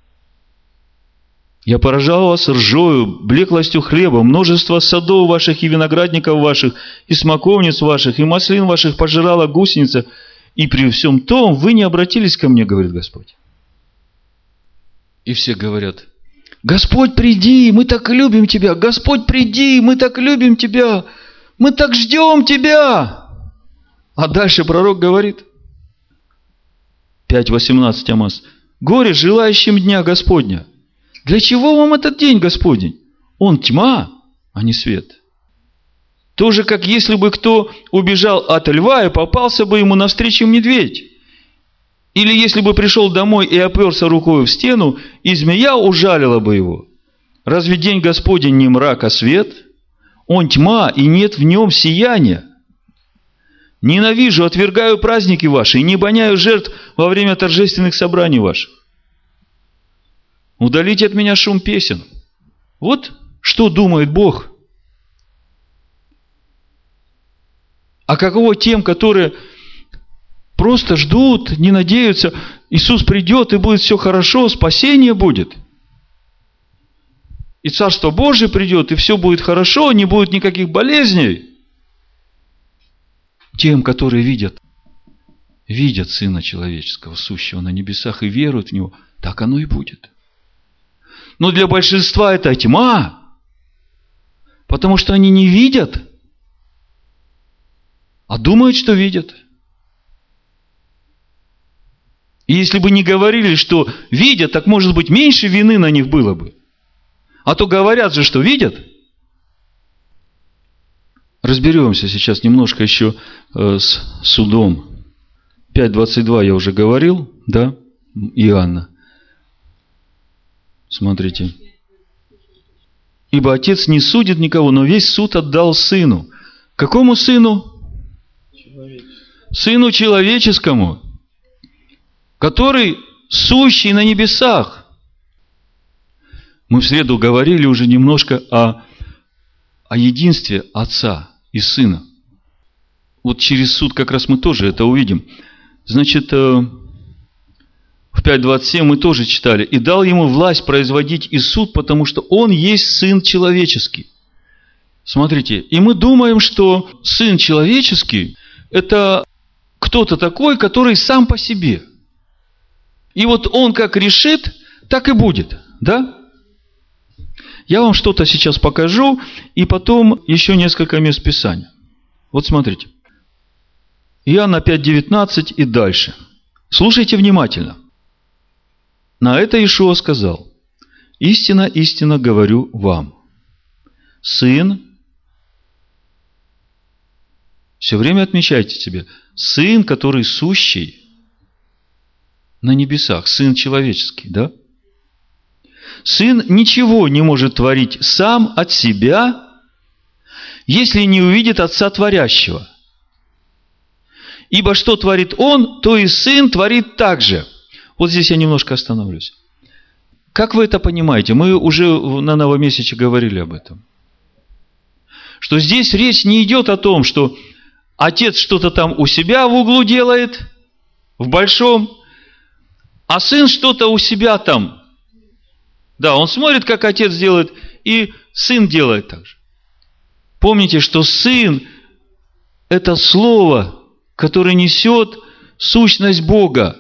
Я поражал вас ржою, блеклостью хлеба, множество садов ваших и виноградников ваших, и смоковниц ваших, и маслин ваших пожирала гусеница, и при всем том вы не обратились ко мне, говорит Господь. И все говорят, Господь, приди, мы так любим Тебя, Господь, приди, мы так любим Тебя, мы так ждем Тебя. А дальше пророк говорит, пять восемнадцать Амос, горе желающим дня Господня. Для чего вам этот день, Господень? Он тьма, а не свет. Тоже, как если бы кто убежал от льва и попался бы ему навстречу медведь. Или если бы пришел домой и оперся рукой в стену, и змея ужалила бы его. Разве день Господень не мрак, а свет? Он тьма, и нет в нем сияния. Ненавижу, отвергаю праздники ваши, и не боняю жертв во время торжественных собраний ваших. Удалите от меня шум песен. Вот что думает Бог. А каково тем, которые просто ждут, не надеются, Иисус придет и будет все хорошо, спасение будет. И Царство Божие придет, и все будет хорошо, не будет никаких болезней. Тем, которые видят, видят Сына Человеческого, сущего на небесах, и веруют в Него, так оно и будет. Но для большинства это тьма, потому что они не видят, а думают, что видят. И если бы не говорили, что видят, так, может быть, меньше вины на них было бы. А то говорят же, что видят. Разберемся сейчас немножко еще э, с судом. пять двадцать два я уже говорил, да, Иоанна. Смотрите. Ибо Отец не судит никого, но весь суд отдал Сыну. Какому Сыну? Сыну человеческому, который сущий на небесах. Мы в среду говорили уже немножко о, о единстве Отца и Сына. Вот через суд как раз мы тоже это увидим. Значит, в пять двадцать семь мы тоже читали. «И дал ему власть производить и суд, потому что он есть Сын человеческий». Смотрите, и мы думаем, что Сын человеческий – это кто-то такой, который сам по себе. И вот он как решит, так и будет, да? Я вам что-то сейчас покажу, и потом еще несколько мест Писания. Вот смотрите. Иоанна пять девятнадцать и дальше. Слушайте внимательно. На это Иешуа сказал: «Истинно, истинно говорю вам, Сын...» Все время отмечайте себе. Сын, который сущий на небесах. Сын человеческий, да? Сын ничего не может творить сам от себя, если не увидит Отца Творящего. Ибо что творит Он, то и Сын творит так же. Вот здесь я немножко остановлюсь. Как вы это понимаете? Мы уже на новомесяче говорили об этом. Что здесь речь не идет о том, что Отец что-то там у себя в углу делает, в большом, а Сын что-то у себя там. Да, Он смотрит, как Отец делает, и Сын делает так же. Помните, что Сын – это Слово, которое несет сущность Бога.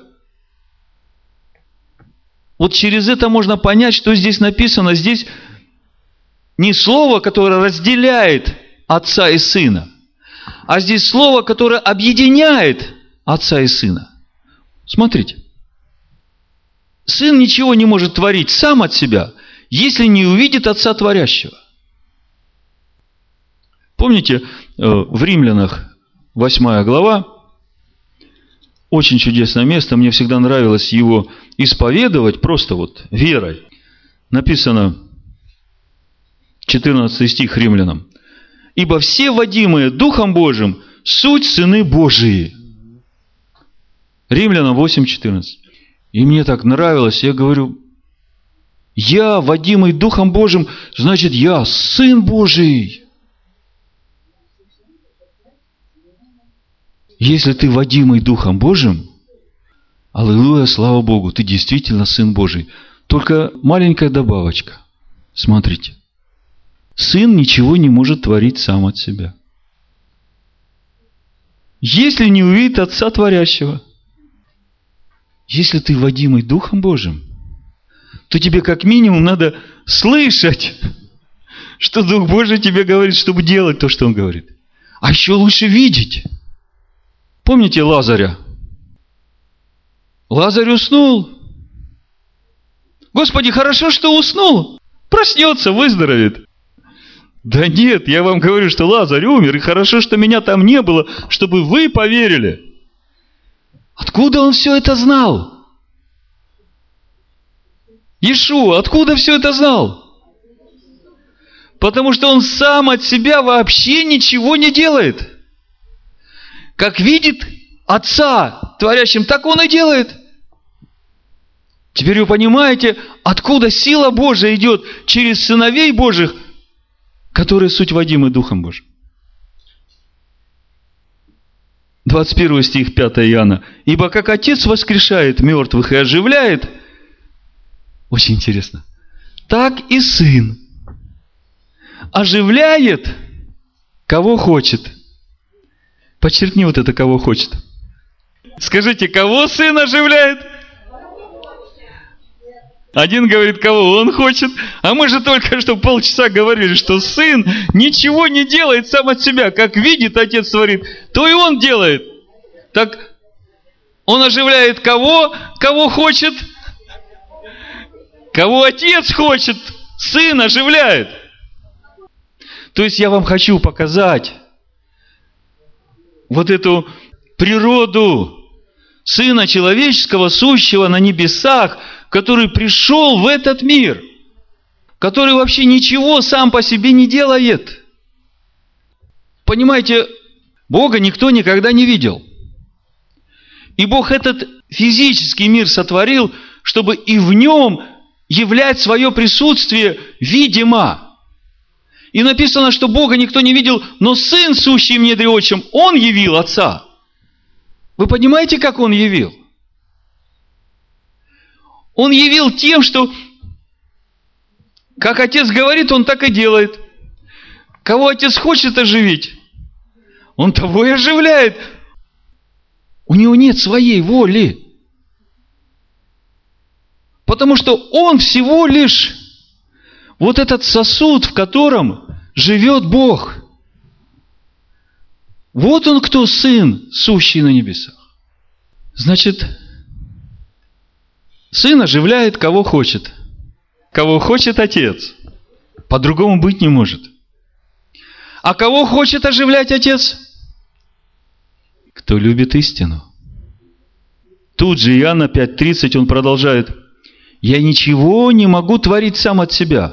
Вот через это можно понять, что здесь написано. Здесь не Слово, которое разделяет Отца и Сына, а здесь Слово, которое объединяет Отца и Сына. Смотрите. Сын ничего не может творить сам от себя, если не увидит Отца Творящего. Помните, в Римлянах восьмая глава, очень чудесное место, мне всегда нравилось его исповедовать просто вот верой. Написано, четырнадцатый стих Римлянам. «Ибо все водимые Духом Божиим суть сыны Божии». Римлянам восемь четырнадцать. И мне так нравилось, я говорю, я, водимый Духом Божиим, значит, я Сын Божий. Если ты водимый Духом Божиим, аллилуйя, слава Богу, ты действительно Сын Божий. Только маленькая добавочка. Смотрите. Сын ничего не может творить сам от себя, если не увидит Отца Творящего. Если ты водимый Духом Божиим, то тебе как минимум надо слышать, что Дух Божий тебе говорит, чтобы делать то, что Он говорит. А еще лучше видеть. Помните Лазаря? Лазарь уснул. Господи, хорошо, что уснул. Проснется, выздоровеет. Да нет, я вам говорю, что Лазарь умер, и хорошо, что меня там не было, чтобы вы поверили. Откуда он все это знал? Иешуа, откуда все это знал? Потому что он сам от себя вообще ничего не делает. Как видит Отца творящим, так он и делает. Теперь вы понимаете, откуда сила Божия идет через сыновей Божьих, которые суть водимы Духом Божьим. двадцать первый стих, пятое Иоанна. «Ибо как Отец воскрешает мертвых и оживляет», очень интересно, «так и Сын оживляет, кого хочет». Подчеркни вот это, кого хочет. Скажите, кого Сын оживляет? Один говорит, кого он хочет. А мы же только что полчаса говорили, что Сын ничего не делает сам от себя. Как видит, Отец творит, то и Он делает. Так Он оживляет кого? Кого хочет? Кого Отец хочет, Сын оживляет. То есть я вам хочу показать вот эту природу Сына Человеческого, сущего на небесах, который пришел в этот мир, который вообще ничего сам по себе не делает. Понимаете, Бога никто никогда не видел. И Бог этот физический мир сотворил, чтобы и в нем являть свое присутствие видимо. И написано, что Бога никто не видел, но Сын, сущий в недре Отчим, Он явил Отца. Вы понимаете, как Он явил? Он явил тем, что как Отец говорит, Он так и делает. Кого Отец хочет оживить, Он того и оживляет. У Него нет своей воли. Потому что Он всего лишь вот этот сосуд, в котором живет Бог. Вот Он кто Сын, сущий на небесах. Значит, Сын оживляет, кого хочет. Кого хочет Отец. По-другому быть не может. А кого хочет оживлять Отец? Кто любит истину. Тут же Иоанна пять тридцать, он продолжает. Я ничего не могу творить сам от себя.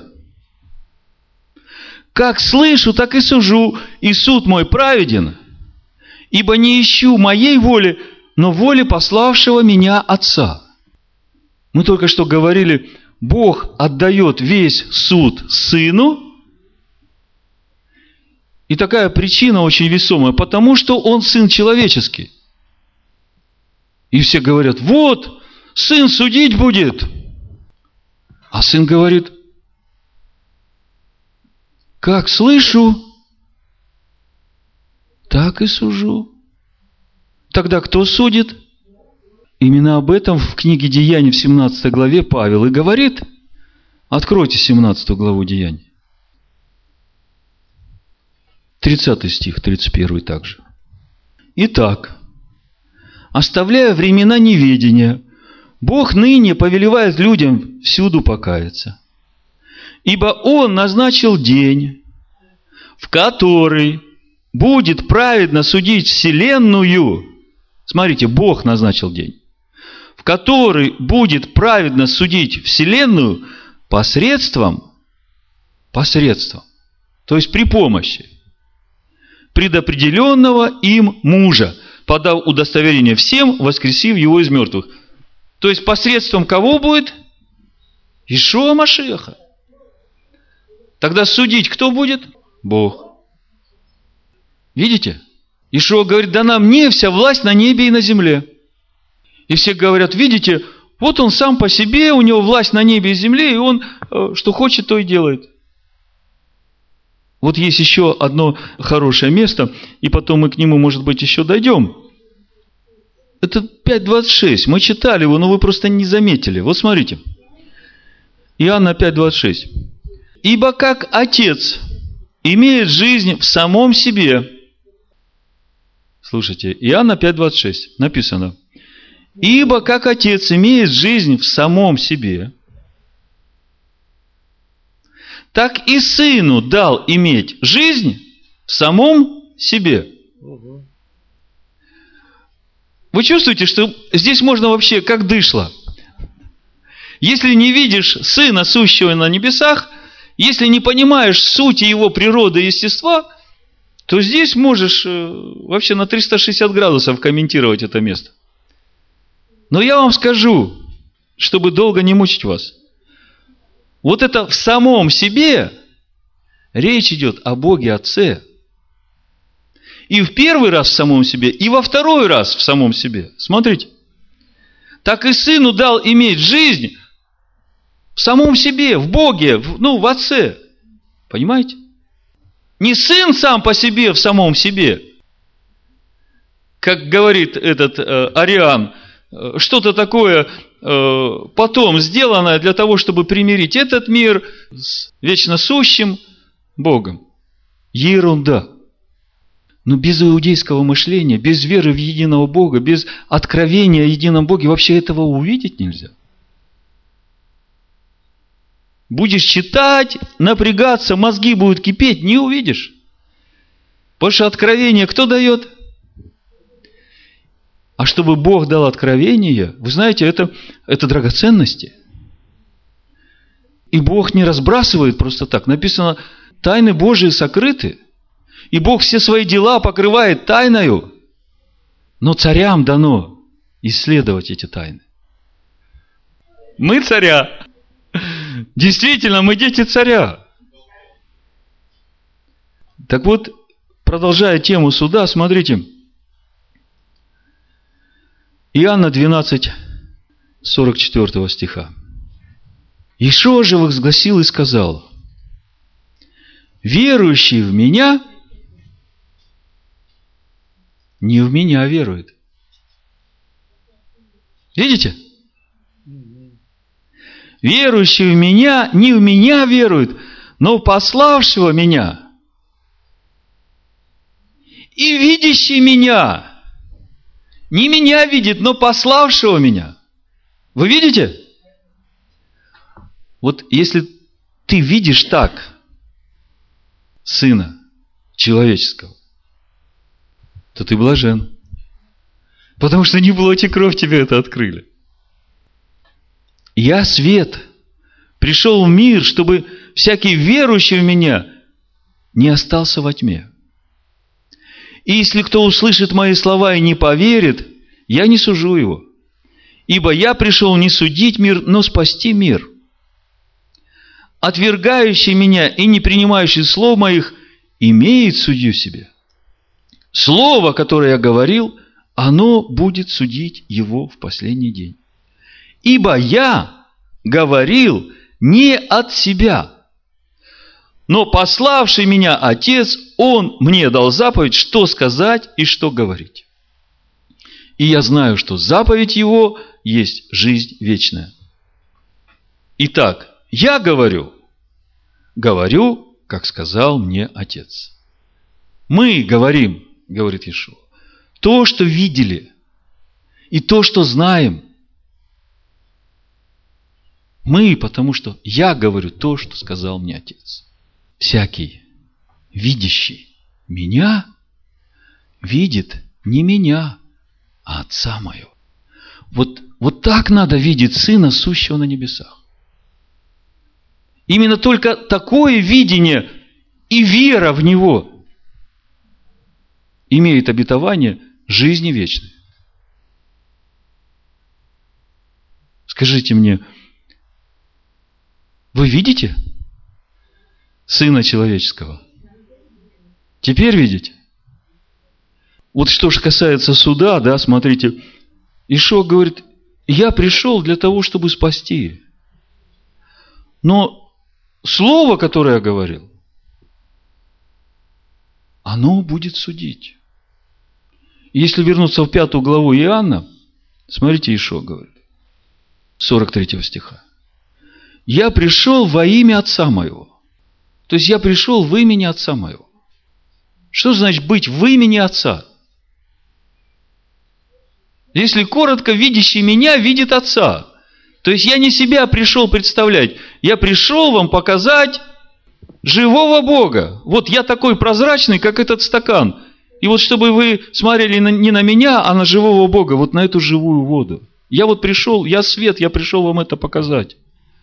Как слышу, так и сужу, и суд мой праведен, ибо не ищу моей воли, но воли пославшего меня Отца. Мы только что говорили, Бог отдает весь суд Сыну, и такая причина очень весомая, потому что Он Сын человеческий. И все говорят, вот, Сын судить будет. А Сын говорит, как слышу, так и сужу. Тогда кто судит? Именно об этом в книге Деяний в семнадцатой главе Павел и говорит. Откройте семнадцатую главу Деяний. тридцатый стих, тридцать первый также. Итак, оставляя времена неведения, Бог ныне повелевает людям всюду покаяться. Ибо Он назначил день, в который будет праведно судить вселенную. Смотрите, Бог назначил день, в который будет праведно судить вселенную посредством, посредством, то есть при помощи предопределенного им мужа, подав удостоверение всем, воскресив его из мертвых. То есть посредством кого будет? Иешуа Машиаха. Тогда судить кто будет? Бог. Видите? Иешуа говорит, дана мне вся власть на небе и на земле. И все говорят, видите, вот он сам по себе, у него власть на небе и земле, и он что хочет, то и делает. Вот есть еще одно хорошее место, и потом мы к нему, может быть, еще дойдем. Это пять двадцать шесть. Мы читали его, но вы просто не заметили. Вот смотрите. Иоанна пять двадцать шесть. «Ибо как Отец имеет жизнь в самом себе». Слушайте, Иоанна пять двадцать шесть написано. «Ибо как Отец имеет жизнь в самом себе, так и Сыну дал иметь жизнь в самом себе». Вы чувствуете, что здесь можно вообще как дышло. Если не видишь Сына, сущего на небесах, если не понимаешь сути Его природы и естества, то здесь можешь вообще на триста шестьдесят градусов комментировать это место. Но я вам скажу, чтобы долго не мучить вас. Вот это в самом себе речь идет о Боге Отце. И в первый раз в самом себе, и во второй раз в самом себе. Смотрите. Так и Сыну дал иметь жизнь в самом себе, в Боге, в, ну, в Отце. Понимаете? Не Сын сам по себе в самом себе. Как говорит этот э, Ариан, э, что-то такое э, потом сделанное для того, чтобы примирить этот мир с вечно сущим Богом. Ерунда. Но без иудейского мышления, без веры в единого Бога, без откровения о едином Боге вообще этого увидеть нельзя. Будешь читать, напрягаться, мозги будут кипеть, не увидишь. Потому что откровение кто дает? А чтобы Бог дал откровение, вы знаете, это, это драгоценности. И Бог не разбрасывает просто так. Написано, тайны Божии сокрыты. И Бог все свои дела покрывает тайною. Но царям дано исследовать эти тайны. Мы царя. Действительно, мы дети царя. Так вот, продолжая тему суда, смотрите. Иоанна двенадцать, сорок четыре стиха. Иешуа же возгласил и сказал: верующий в меня не в меня верует. Видите? Верующий в меня не в меня верует, но в пославшего меня. И видящий меня не меня видит, но пославшего меня. Вы видите? Вот если ты видишь так Сына человеческого, то ты блажен. Потому что не плоть и кровь тебе это открыли. Я свет, пришел в мир, чтобы всякий верующий в меня не остался во тьме. И если кто услышит мои слова и не поверит, я не сужу его. Ибо я пришел не судить мир, но спасти мир. Отвергающий меня и не принимающий слов моих имеет судью себе. Слово, которое я говорил, оно будет судить его в последний день. Ибо я говорил не от себя, но пославший меня Отец, Он мне дал заповедь, что сказать и что говорить. И я знаю, что заповедь Его есть жизнь вечная. Итак, я говорю, говорю, как сказал мне Отец. Мы говорим, говорит Иешуа, то, что видели, и то, что знаем. Мы, потому что я говорю то, что сказал мне Отец. Всякий, видящий меня, видит не меня, а Отца моего. Вот, вот так надо видеть Сына, сущего на небесах. Именно только такое видение и вера в Него имеет обетование жизни вечной. Скажите мне, вы видите Сына Человеческого? Теперь видите? Вот что же касается суда, да, смотрите, Иешуа говорит, я пришел для того, чтобы спасти. Но слово, которое я говорил, оно будет судить. Если вернуться в пятую главу Иоанна, смотрите, Иешуа говорит, сорок третьего стиха. Я пришел во имя Отца моего. То есть я пришел в имени Отца моего. Что значит быть в имени Отца? Если коротко, видящий меня видит Отца. То есть я не себя пришел представлять. Я пришел вам показать живого Бога. Вот я такой прозрачный, как этот стакан. И вот чтобы вы смотрели не на меня, а на живого Бога, вот на эту живую воду. Я вот пришел, я свет, я пришел вам это показать.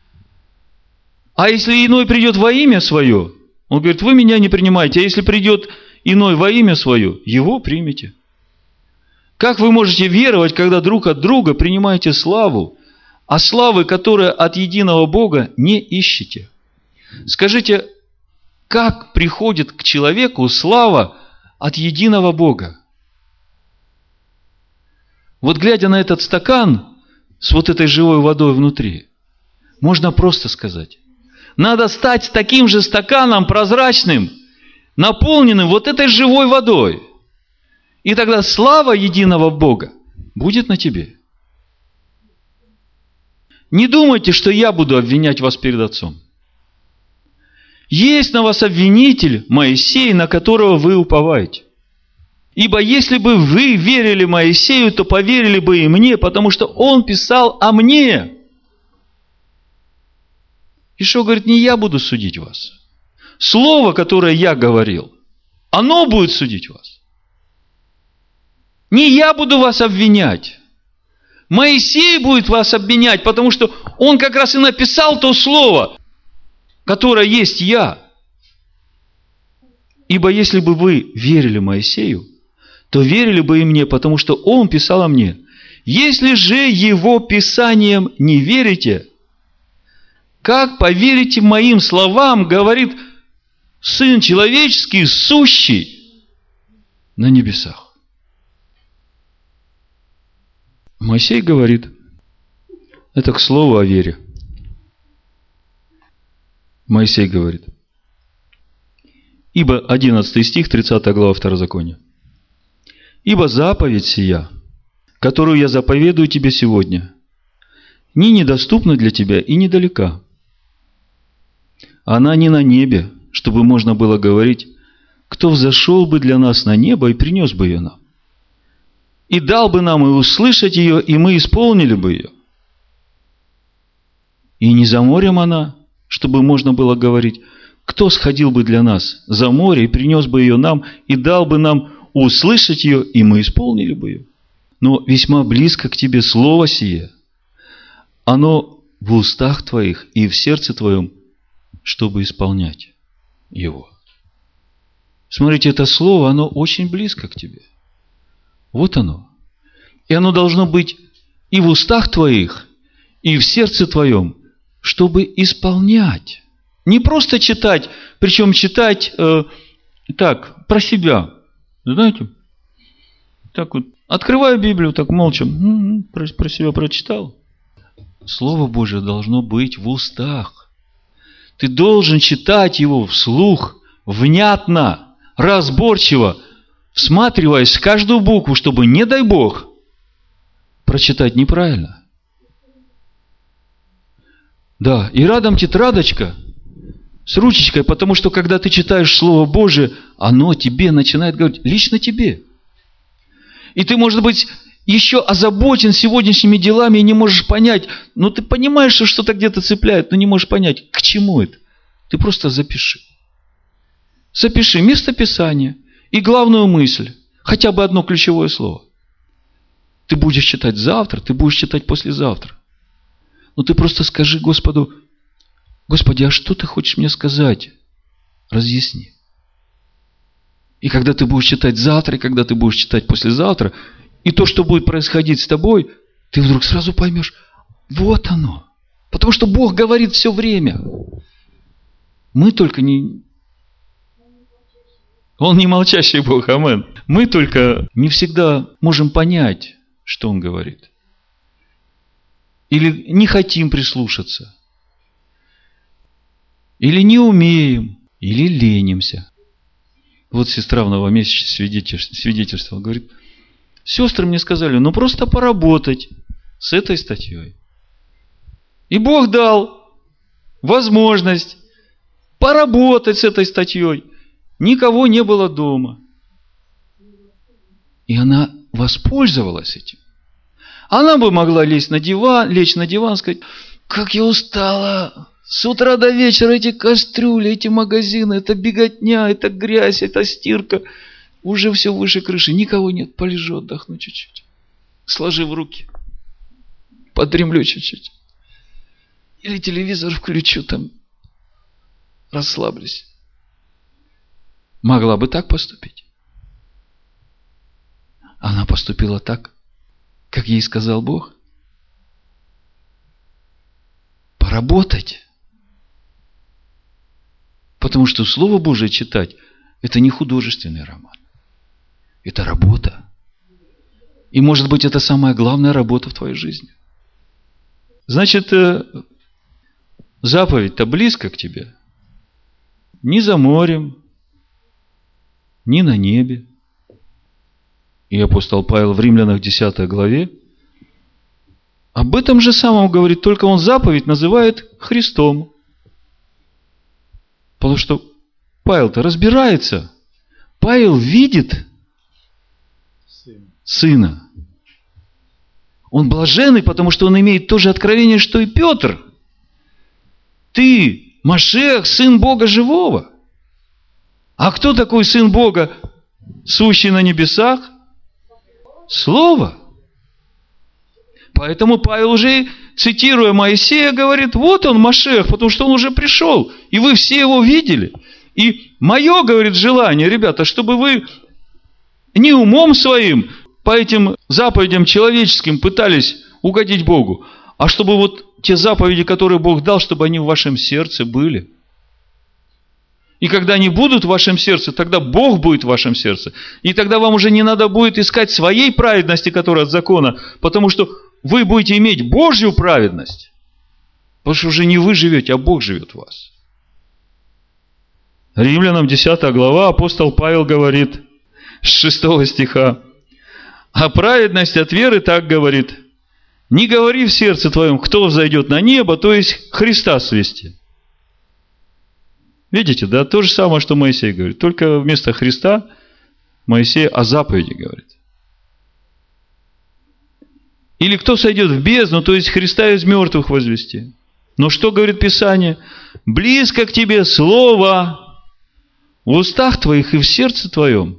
А если иной придет во имя свое, он говорит, вы меня не принимаете. А если придет иной во имя свое, его примите. Как вы можете веровать, когда друг от друга принимаете славу, а славы, которая от единого Бога, не ищете? Скажите, как приходит к человеку слава от единого Бога? Вот глядя на этот стакан с вот этой живой водой внутри, можно просто сказать, надо стать таким же стаканом прозрачным, наполненным вот этой живой водой. И тогда слава единого Бога будет на тебе. Не думайте, что я буду обвинять вас перед Отцом. Есть на вас обвинитель Моисей, на которого вы уповаете. Ибо если бы вы верили Моисею, то поверили бы и мне, потому что он писал о мне. Иешуа говорит, не я буду судить вас. Слово, которое я говорил, оно будет судить вас. Не я буду вас обвинять. Моисей будет вас обвинять, потому что он как раз и написал то слово, которое есть я. Ибо если бы вы верили Моисею, то верили бы и мне, потому что он писал о мне. Если же его писанием не верите, как поверите моим словам, говорит Сын Человеческий, сущий на небесах. Моисей говорит, это к слову о вере. Моисей говорит, ибо, одиннадцатый стих, тридцатая глава Второзакония, ибо заповедь сия, которую я заповедую тебе сегодня, не недоступна для тебя и недалека. Она не на небе, чтобы можно было говорить, кто взошел бы для нас на небо и принес бы ее нам. И дал бы нам и услышать ее, и мы исполнили бы ее. И не за морем она, чтобы можно было говорить, кто сходил бы для нас за море и принес бы ее нам, и дал бы нам услышать ее, и мы исполнили бы ее. Но весьма близко к тебе слово сие. Оно в устах твоих и в сердце твоем, чтобы исполнять его. Смотрите, это слово, оно очень близко к тебе. Вот оно. И оно должно быть и в устах твоих, и в сердце твоем, чтобы исполнять. Не просто читать, причем читать э, так, про себя. Знаете, так вот, открываю Библию, так молча, м-м, про, про себя прочитал. Слово Божие должно быть в устах. Ты должен читать его вслух, внятно, разборчиво, всматриваясь в каждую букву, чтобы, не дай Бог, прочитать неправильно. Да, и рядом тетрадочка с ручечкой, потому что, когда ты читаешь Слово Божие, оно тебе начинает говорить, лично тебе. И ты, может быть, еще озабочен сегодняшними делами и не можешь понять, но ты понимаешь, что что-то где-то цепляет, но не можешь понять, к чему это. Ты просто запиши. Запиши место Писания и главную мысль, хотя бы одно ключевое слово. Ты будешь читать завтра, ты будешь читать послезавтра. Но ты просто скажи Господу, Господи, а что ты хочешь мне сказать? Разъясни. И когда ты будешь читать завтра, и когда ты будешь читать послезавтра, и то, что будет происходить с тобой, ты вдруг сразу поймешь, вот оно. Потому что Бог говорит все время. Мы только не... Он не молчащий Бог, амен. Мы только не всегда можем понять, что Он говорит. Или не хотим прислушаться. Или не умеем. Или ленимся. Вот сестра в новомесячном свидетельствовала, говорит, сестры мне сказали, ну просто поработать с этой статьей. И Бог дал возможность поработать с этой статьей. Никого не было дома. И она воспользовалась этим. Она бы могла лезть на диван, лечь на диван, сказать, как я устала. С утра до вечера эти кастрюли, эти магазины, это беготня, это грязь, это стирка. Уже все выше крыши, никого нет, полежу, отдохну чуть-чуть. Сложив руки, подремлю чуть-чуть. Или телевизор включу там, расслаблюсь. Могла бы так поступить. Она поступила так, как ей сказал Бог. Поработать. Потому что Слово Божие читать – это не художественный роман. Это работа. И, может быть, это самая главная работа в твоей жизни. Значит, заповедь-то близко к тебе. Ни за морем, ни на небе. И апостол Павел в Римлянах десятой главе об этом же самом говорит, только он заповедь называет Христом. Потому что Павел-то разбирается. Павел видит Сына. Он блаженный, потому что он имеет то же откровение, что и Петр. Ты, Машиах, Сын Бога Живого. А кто такой Сын Бога, сущий на небесах? Слово. Поэтому Павел уже, цитируя Моисея, говорит, вот он, Машиах, потому что он уже пришел, и вы все его видели. И мое, говорит, желание, ребята, чтобы вы не умом своим по этим заповедям человеческим пытались угодить Богу, а чтобы вот те заповеди, которые Бог дал, чтобы они в вашем сердце были. И когда они будут в вашем сердце, тогда Бог будет в вашем сердце. И тогда вам уже не надо будет искать своей праведности, которая от закона, потому что вы будете иметь Божью праведность. Потому что уже не вы живете, а Бог живет в вас. Римлянам десятая глава, апостол Павел говорит с шестого стиха. А праведность от веры так говорит. Не говори в сердце твоем, кто взойдет на небо, то есть Христа свести. Видите, да, то же самое, что Моисей говорит. Только вместо Христа Моисей о заповеди говорит. Или кто сойдет в бездну, то есть Христа из мертвых возвести. Но что говорит Писание? Близко к тебе слово в устах твоих и в сердце твоем.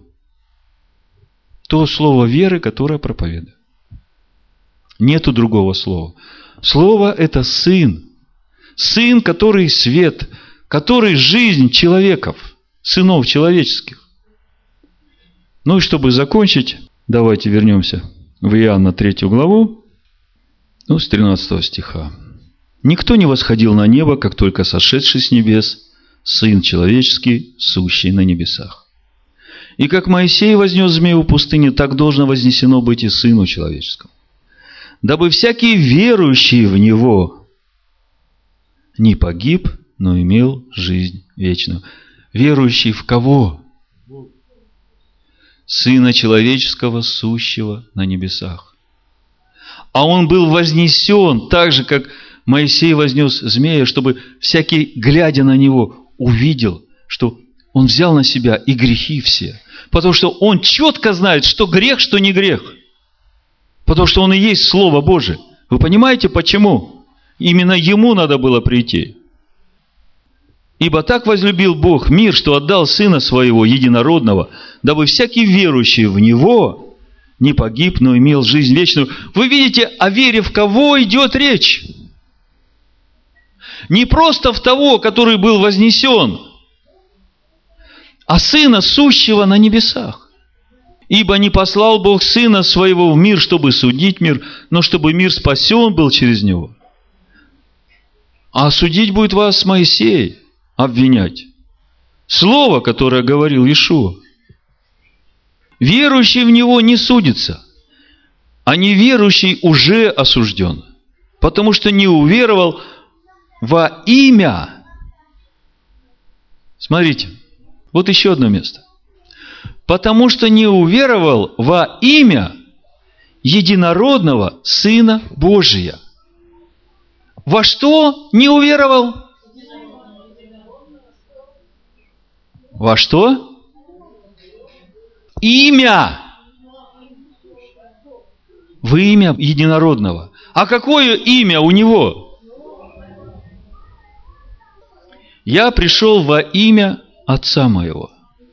То слово веры, которое проповедует. Нету другого слова. Слово – это Сын. Сын, который свет, который жизнь человеков, сынов человеческих. Ну и чтобы закончить, давайте вернемся в Иоанна третью главу, ну, с тринадцатого стиха. «Никто не восходил на небо, как только сошедший с небес, Сын человеческий, сущий на небесах. И как Моисей вознес змею в пустыне, так должно вознесено быть и Сыну человеческому. Дабы всякий верующий в Него не погиб, но имел жизнь вечную». Верующий в кого? Сына человеческого, сущего на небесах. А Он был вознесен так же, как Моисей вознес змея, чтобы всякий, глядя на него, увидел, что он взял на себя и грехи все. Потому что он четко знает, что грех, что не грех. Потому что он и есть Слово Божие. Вы понимаете, почему? Именно ему надо было прийти. «Ибо так возлюбил Бог мир, что отдал Сына Своего Единородного, дабы всякий верующий в Него не погиб, но имел жизнь вечную». Вы видите, о вере в кого идет речь? Не просто в того, который был вознесен, а Сына, сущего на небесах. «Ибо не послал Бог Сына Своего в мир, чтобы судить мир, но чтобы мир спасен был через Него». А судить будет вас Моисей, обвинять. Слово, которое говорил Иешуа. Верующий в Него не судится, а неверующий уже осужден, потому что не уверовал во имя. Смотрите, вот еще одно место. Потому что не уверовал во имя единородного Сына Божия. Во что не уверовал? Во что? Имя. В имя единородного. А какое имя у него? «Я пришел во имя Отца моего».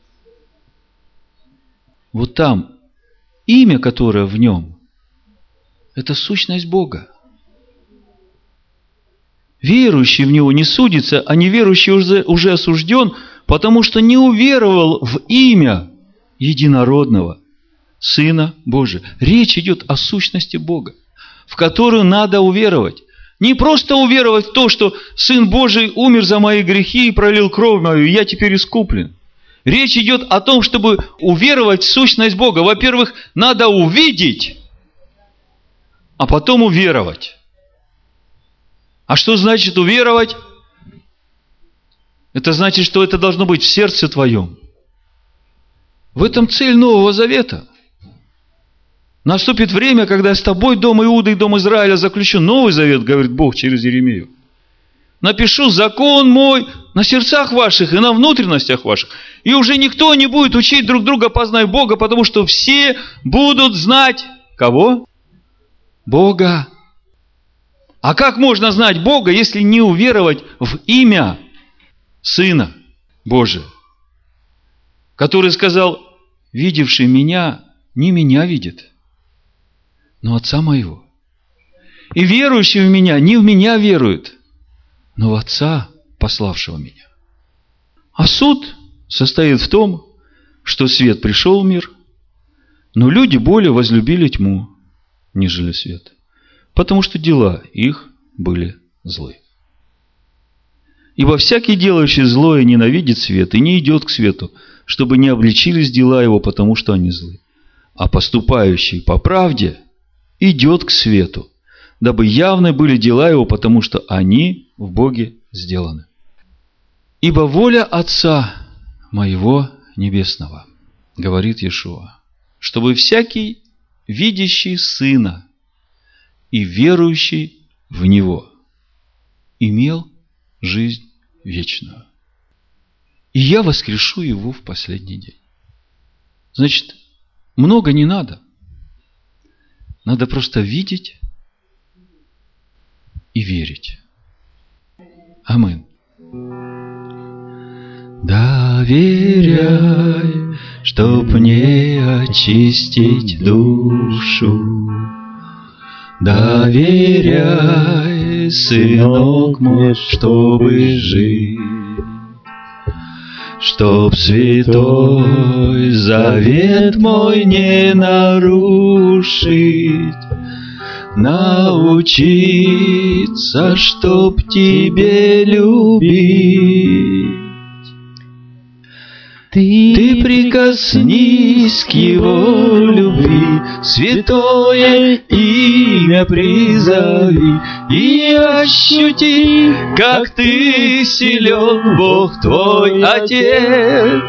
Вот там имя, которое в нем, это сущность Бога. Верующий в Него не судится, а неверующий уже, уже осужден, потому что не уверовал в имя единородного Сына Божия. Речь идет о сущности Бога, в которую надо уверовать. Не просто уверовать в то, что Сын Божий умер за мои грехи и пролил кровь мою, и я теперь искуплен. Речь идет о том, чтобы уверовать в сущность Бога. Во-первых, надо увидеть, а потом уверовать. А что значит уверовать? Это значит, что это должно быть в сердце твоем. В этом цель Нового Завета. Наступит время, когда с тобой, дом Иуды и дом Израиля, заключу Новый Завет, говорит Бог через Иеремию. Напишу закон мой на сердцах ваших и на внутренностях ваших. И уже никто не будет учить друг друга познай Бога, потому что все будут знать кого? Бога. А как можно знать Бога, если не уверовать в имя Сына Божия, который сказал: видевший меня, не меня видит, но Отца моего. И верующий в меня не в меня верует, но в Отца, пославшего меня. А суд состоит в том, что свет пришел в мир, но люди более возлюбили тьму, нежели свет, потому что дела их были злы. Ибо всякий, делающий злое, ненавидит свет и не идет к свету, чтобы не обличились дела его, потому что они злы. А поступающий по правде идет к свету, дабы явны были дела его, потому что они в Боге сделаны. Ибо воля Отца моего Небесного, говорит Иешуа, чтобы всякий, видящий Сына и верующий в Него, имел жизнь вечную. И я воскрешу его в последний день. Значит, много не надо. Надо просто видеть и верить. Аминь. Доверяй, чтоб не очистить душу, Доверяй, сынок мой, чтобы жить, чтоб святой завет мой не нарушить, научиться, чтоб тебе любить. Ты, Ты прикоснись к его любви, святое имя призови, и ощути, как ты силен, Бог твой Отец.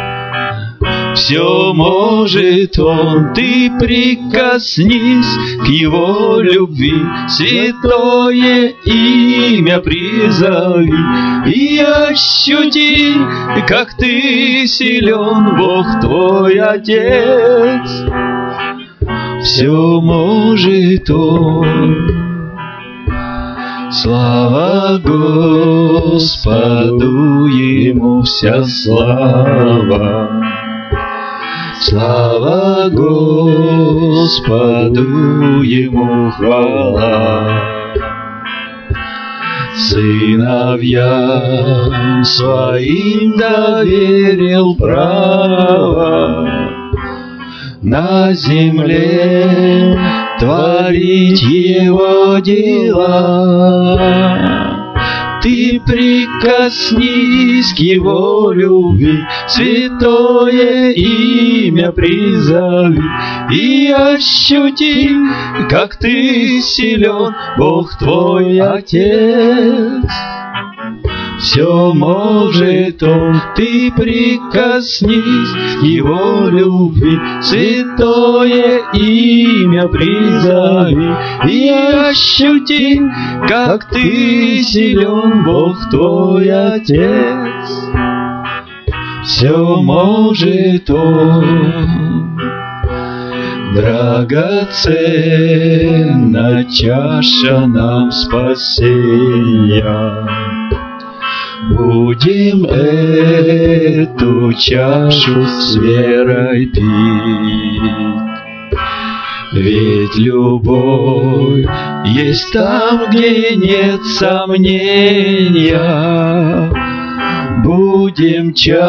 Все может Он, ты прикоснись к Его любви, святое имя призови, и ощути, как ты силен, Бог твой Отец. Все может Он. Слава Господу, Ему вся слава. Слава Господу, Ему хвала. Сыновьям своим доверил право на земле творить Его дела. Ты прикоснись к Его любви, святое имя призови, и ощути, как ты силен, Бог твой Отец. Все может Он, ты прикоснись к Его любви, святое имя призови, и ощути, как ты силен, Бог твой Отец. Все может Он. Драгоценна чаша нам спасения, будем эту чашу с верой пить. Ведь любовь есть там, где нет сомнения. Будем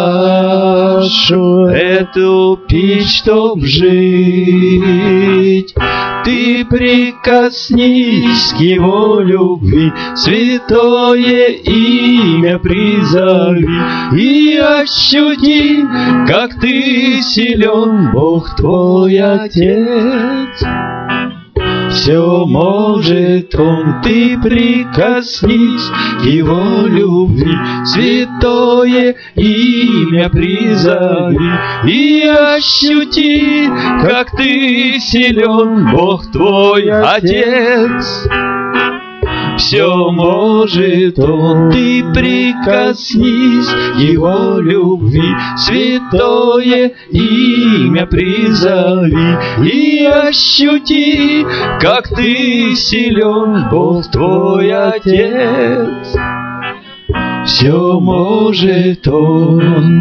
чашу эту пить, чтоб жить. Ты прикоснись к Его любви, святое имя призови, и ощути, как ты силен, Бог твой Отец. Все может Он, ты прикоснись к Его любви, святое имя призови, и ощути, как ты силен, Бог твой Отец. Все может Он, ты прикоснись к Его любви, святое имя призови, и ощути, как ты силен, Бог твой Отец. Все может Он.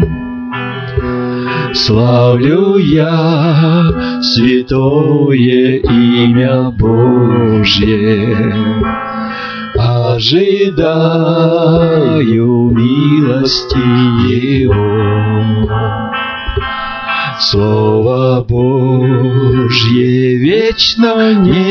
Славлю я святое имя Божье, ожидаю милости Его. Слово Божье вечно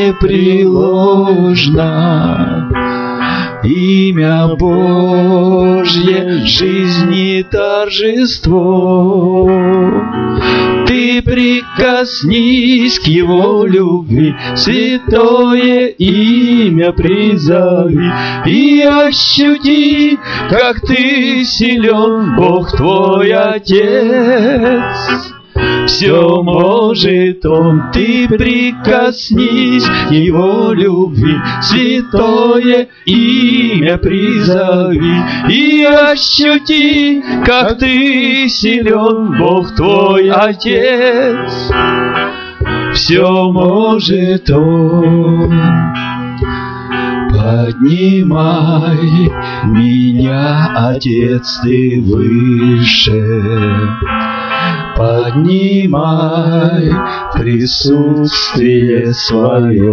непреложно, имя Божье жизни торжество. Ты прикоснись к Его любви, святое имя призови, и ощути, как ты силен, Бог твой Отец. Все может Он, ты прикоснись к Его любви, святое имя призови, и ощути, как ты силен, Бог твой Отец. Все может Он. Поднимай меня, Отец, Ты выше. Поднимай присутствие свое,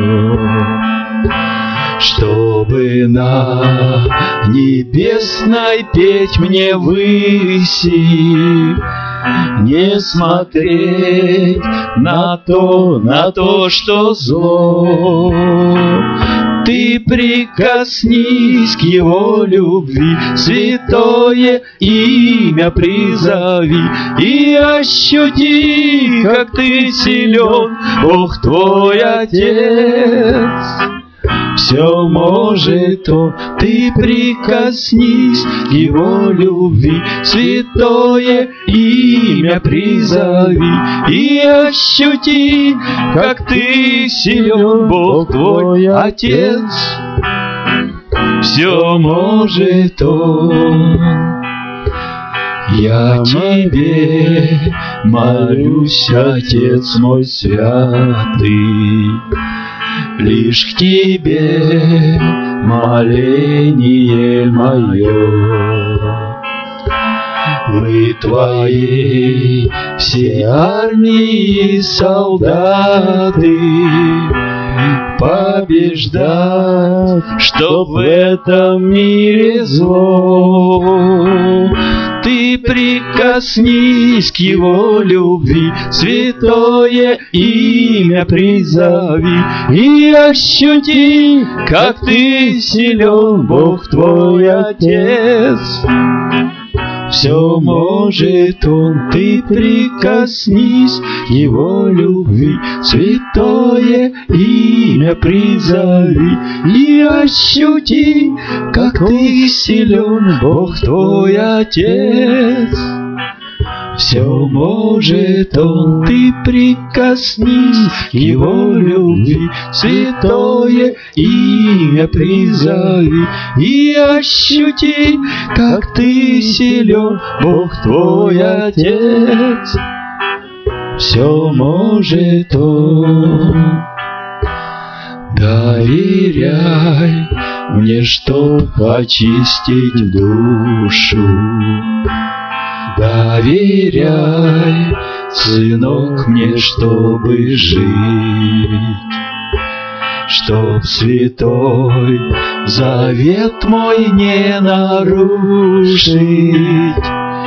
чтобы на небесной петь мне выси, не смотреть на то, на то, что зло. Ты прикоснись к Его любви, святое имя призови, и ощути, как Ты силен, Бог твой Отец. Все может Он, Ты прикоснись к Его любви, святое имя призови, и ощути, как Ты силен, Бог твой Отец. Все может Он. Я Тебе молюсь, Отец мой святый, лишь к Тебе моление мое. Мы Твоей все армии солдаты, побеждать, чтоб в этом мире зло. Ты прикоснись к Его любви, святое имя призови, и ощути, как Ты силен, Бог твой Отец. Все может Он, Ты прикоснись к Его любви, святое имя призови, и ощути, как Ты силен, Бог твой Отец. Все может Он, Ты прикоснись к Его любви, святое имя призови, и ощути, как Ты силен, Бог твой Отец. Все может Он. Доверяй мне, чтоб очистить душу. Доверяй, сынок, мне, чтобы жить, чтоб святой завет мой не нарушить,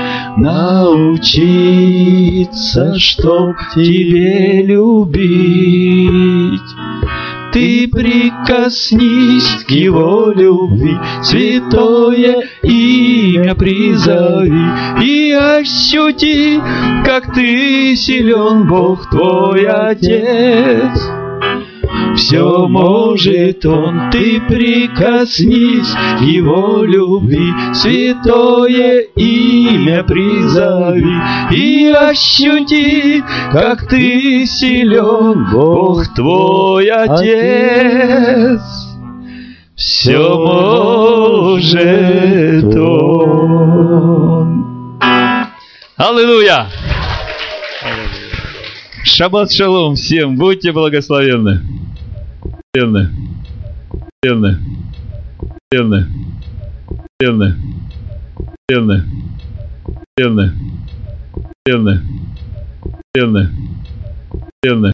научиться, чтоб Тебе любить. Ты прикоснись к Его любви, святое имя призови, и ощути, как Ты силен, Бог твой Отец. Все может Он, Ты прикоснись к Его любви, святое имя призови, и ощути, как Ты силен, Бог твой Отец. Все может Он. Аллилуйя! Шаббат шалом всем, будьте благословенны. Благословенны. Благословенны. Благословенны. Благословенны. Благословенны. Благословенны. Благословенны.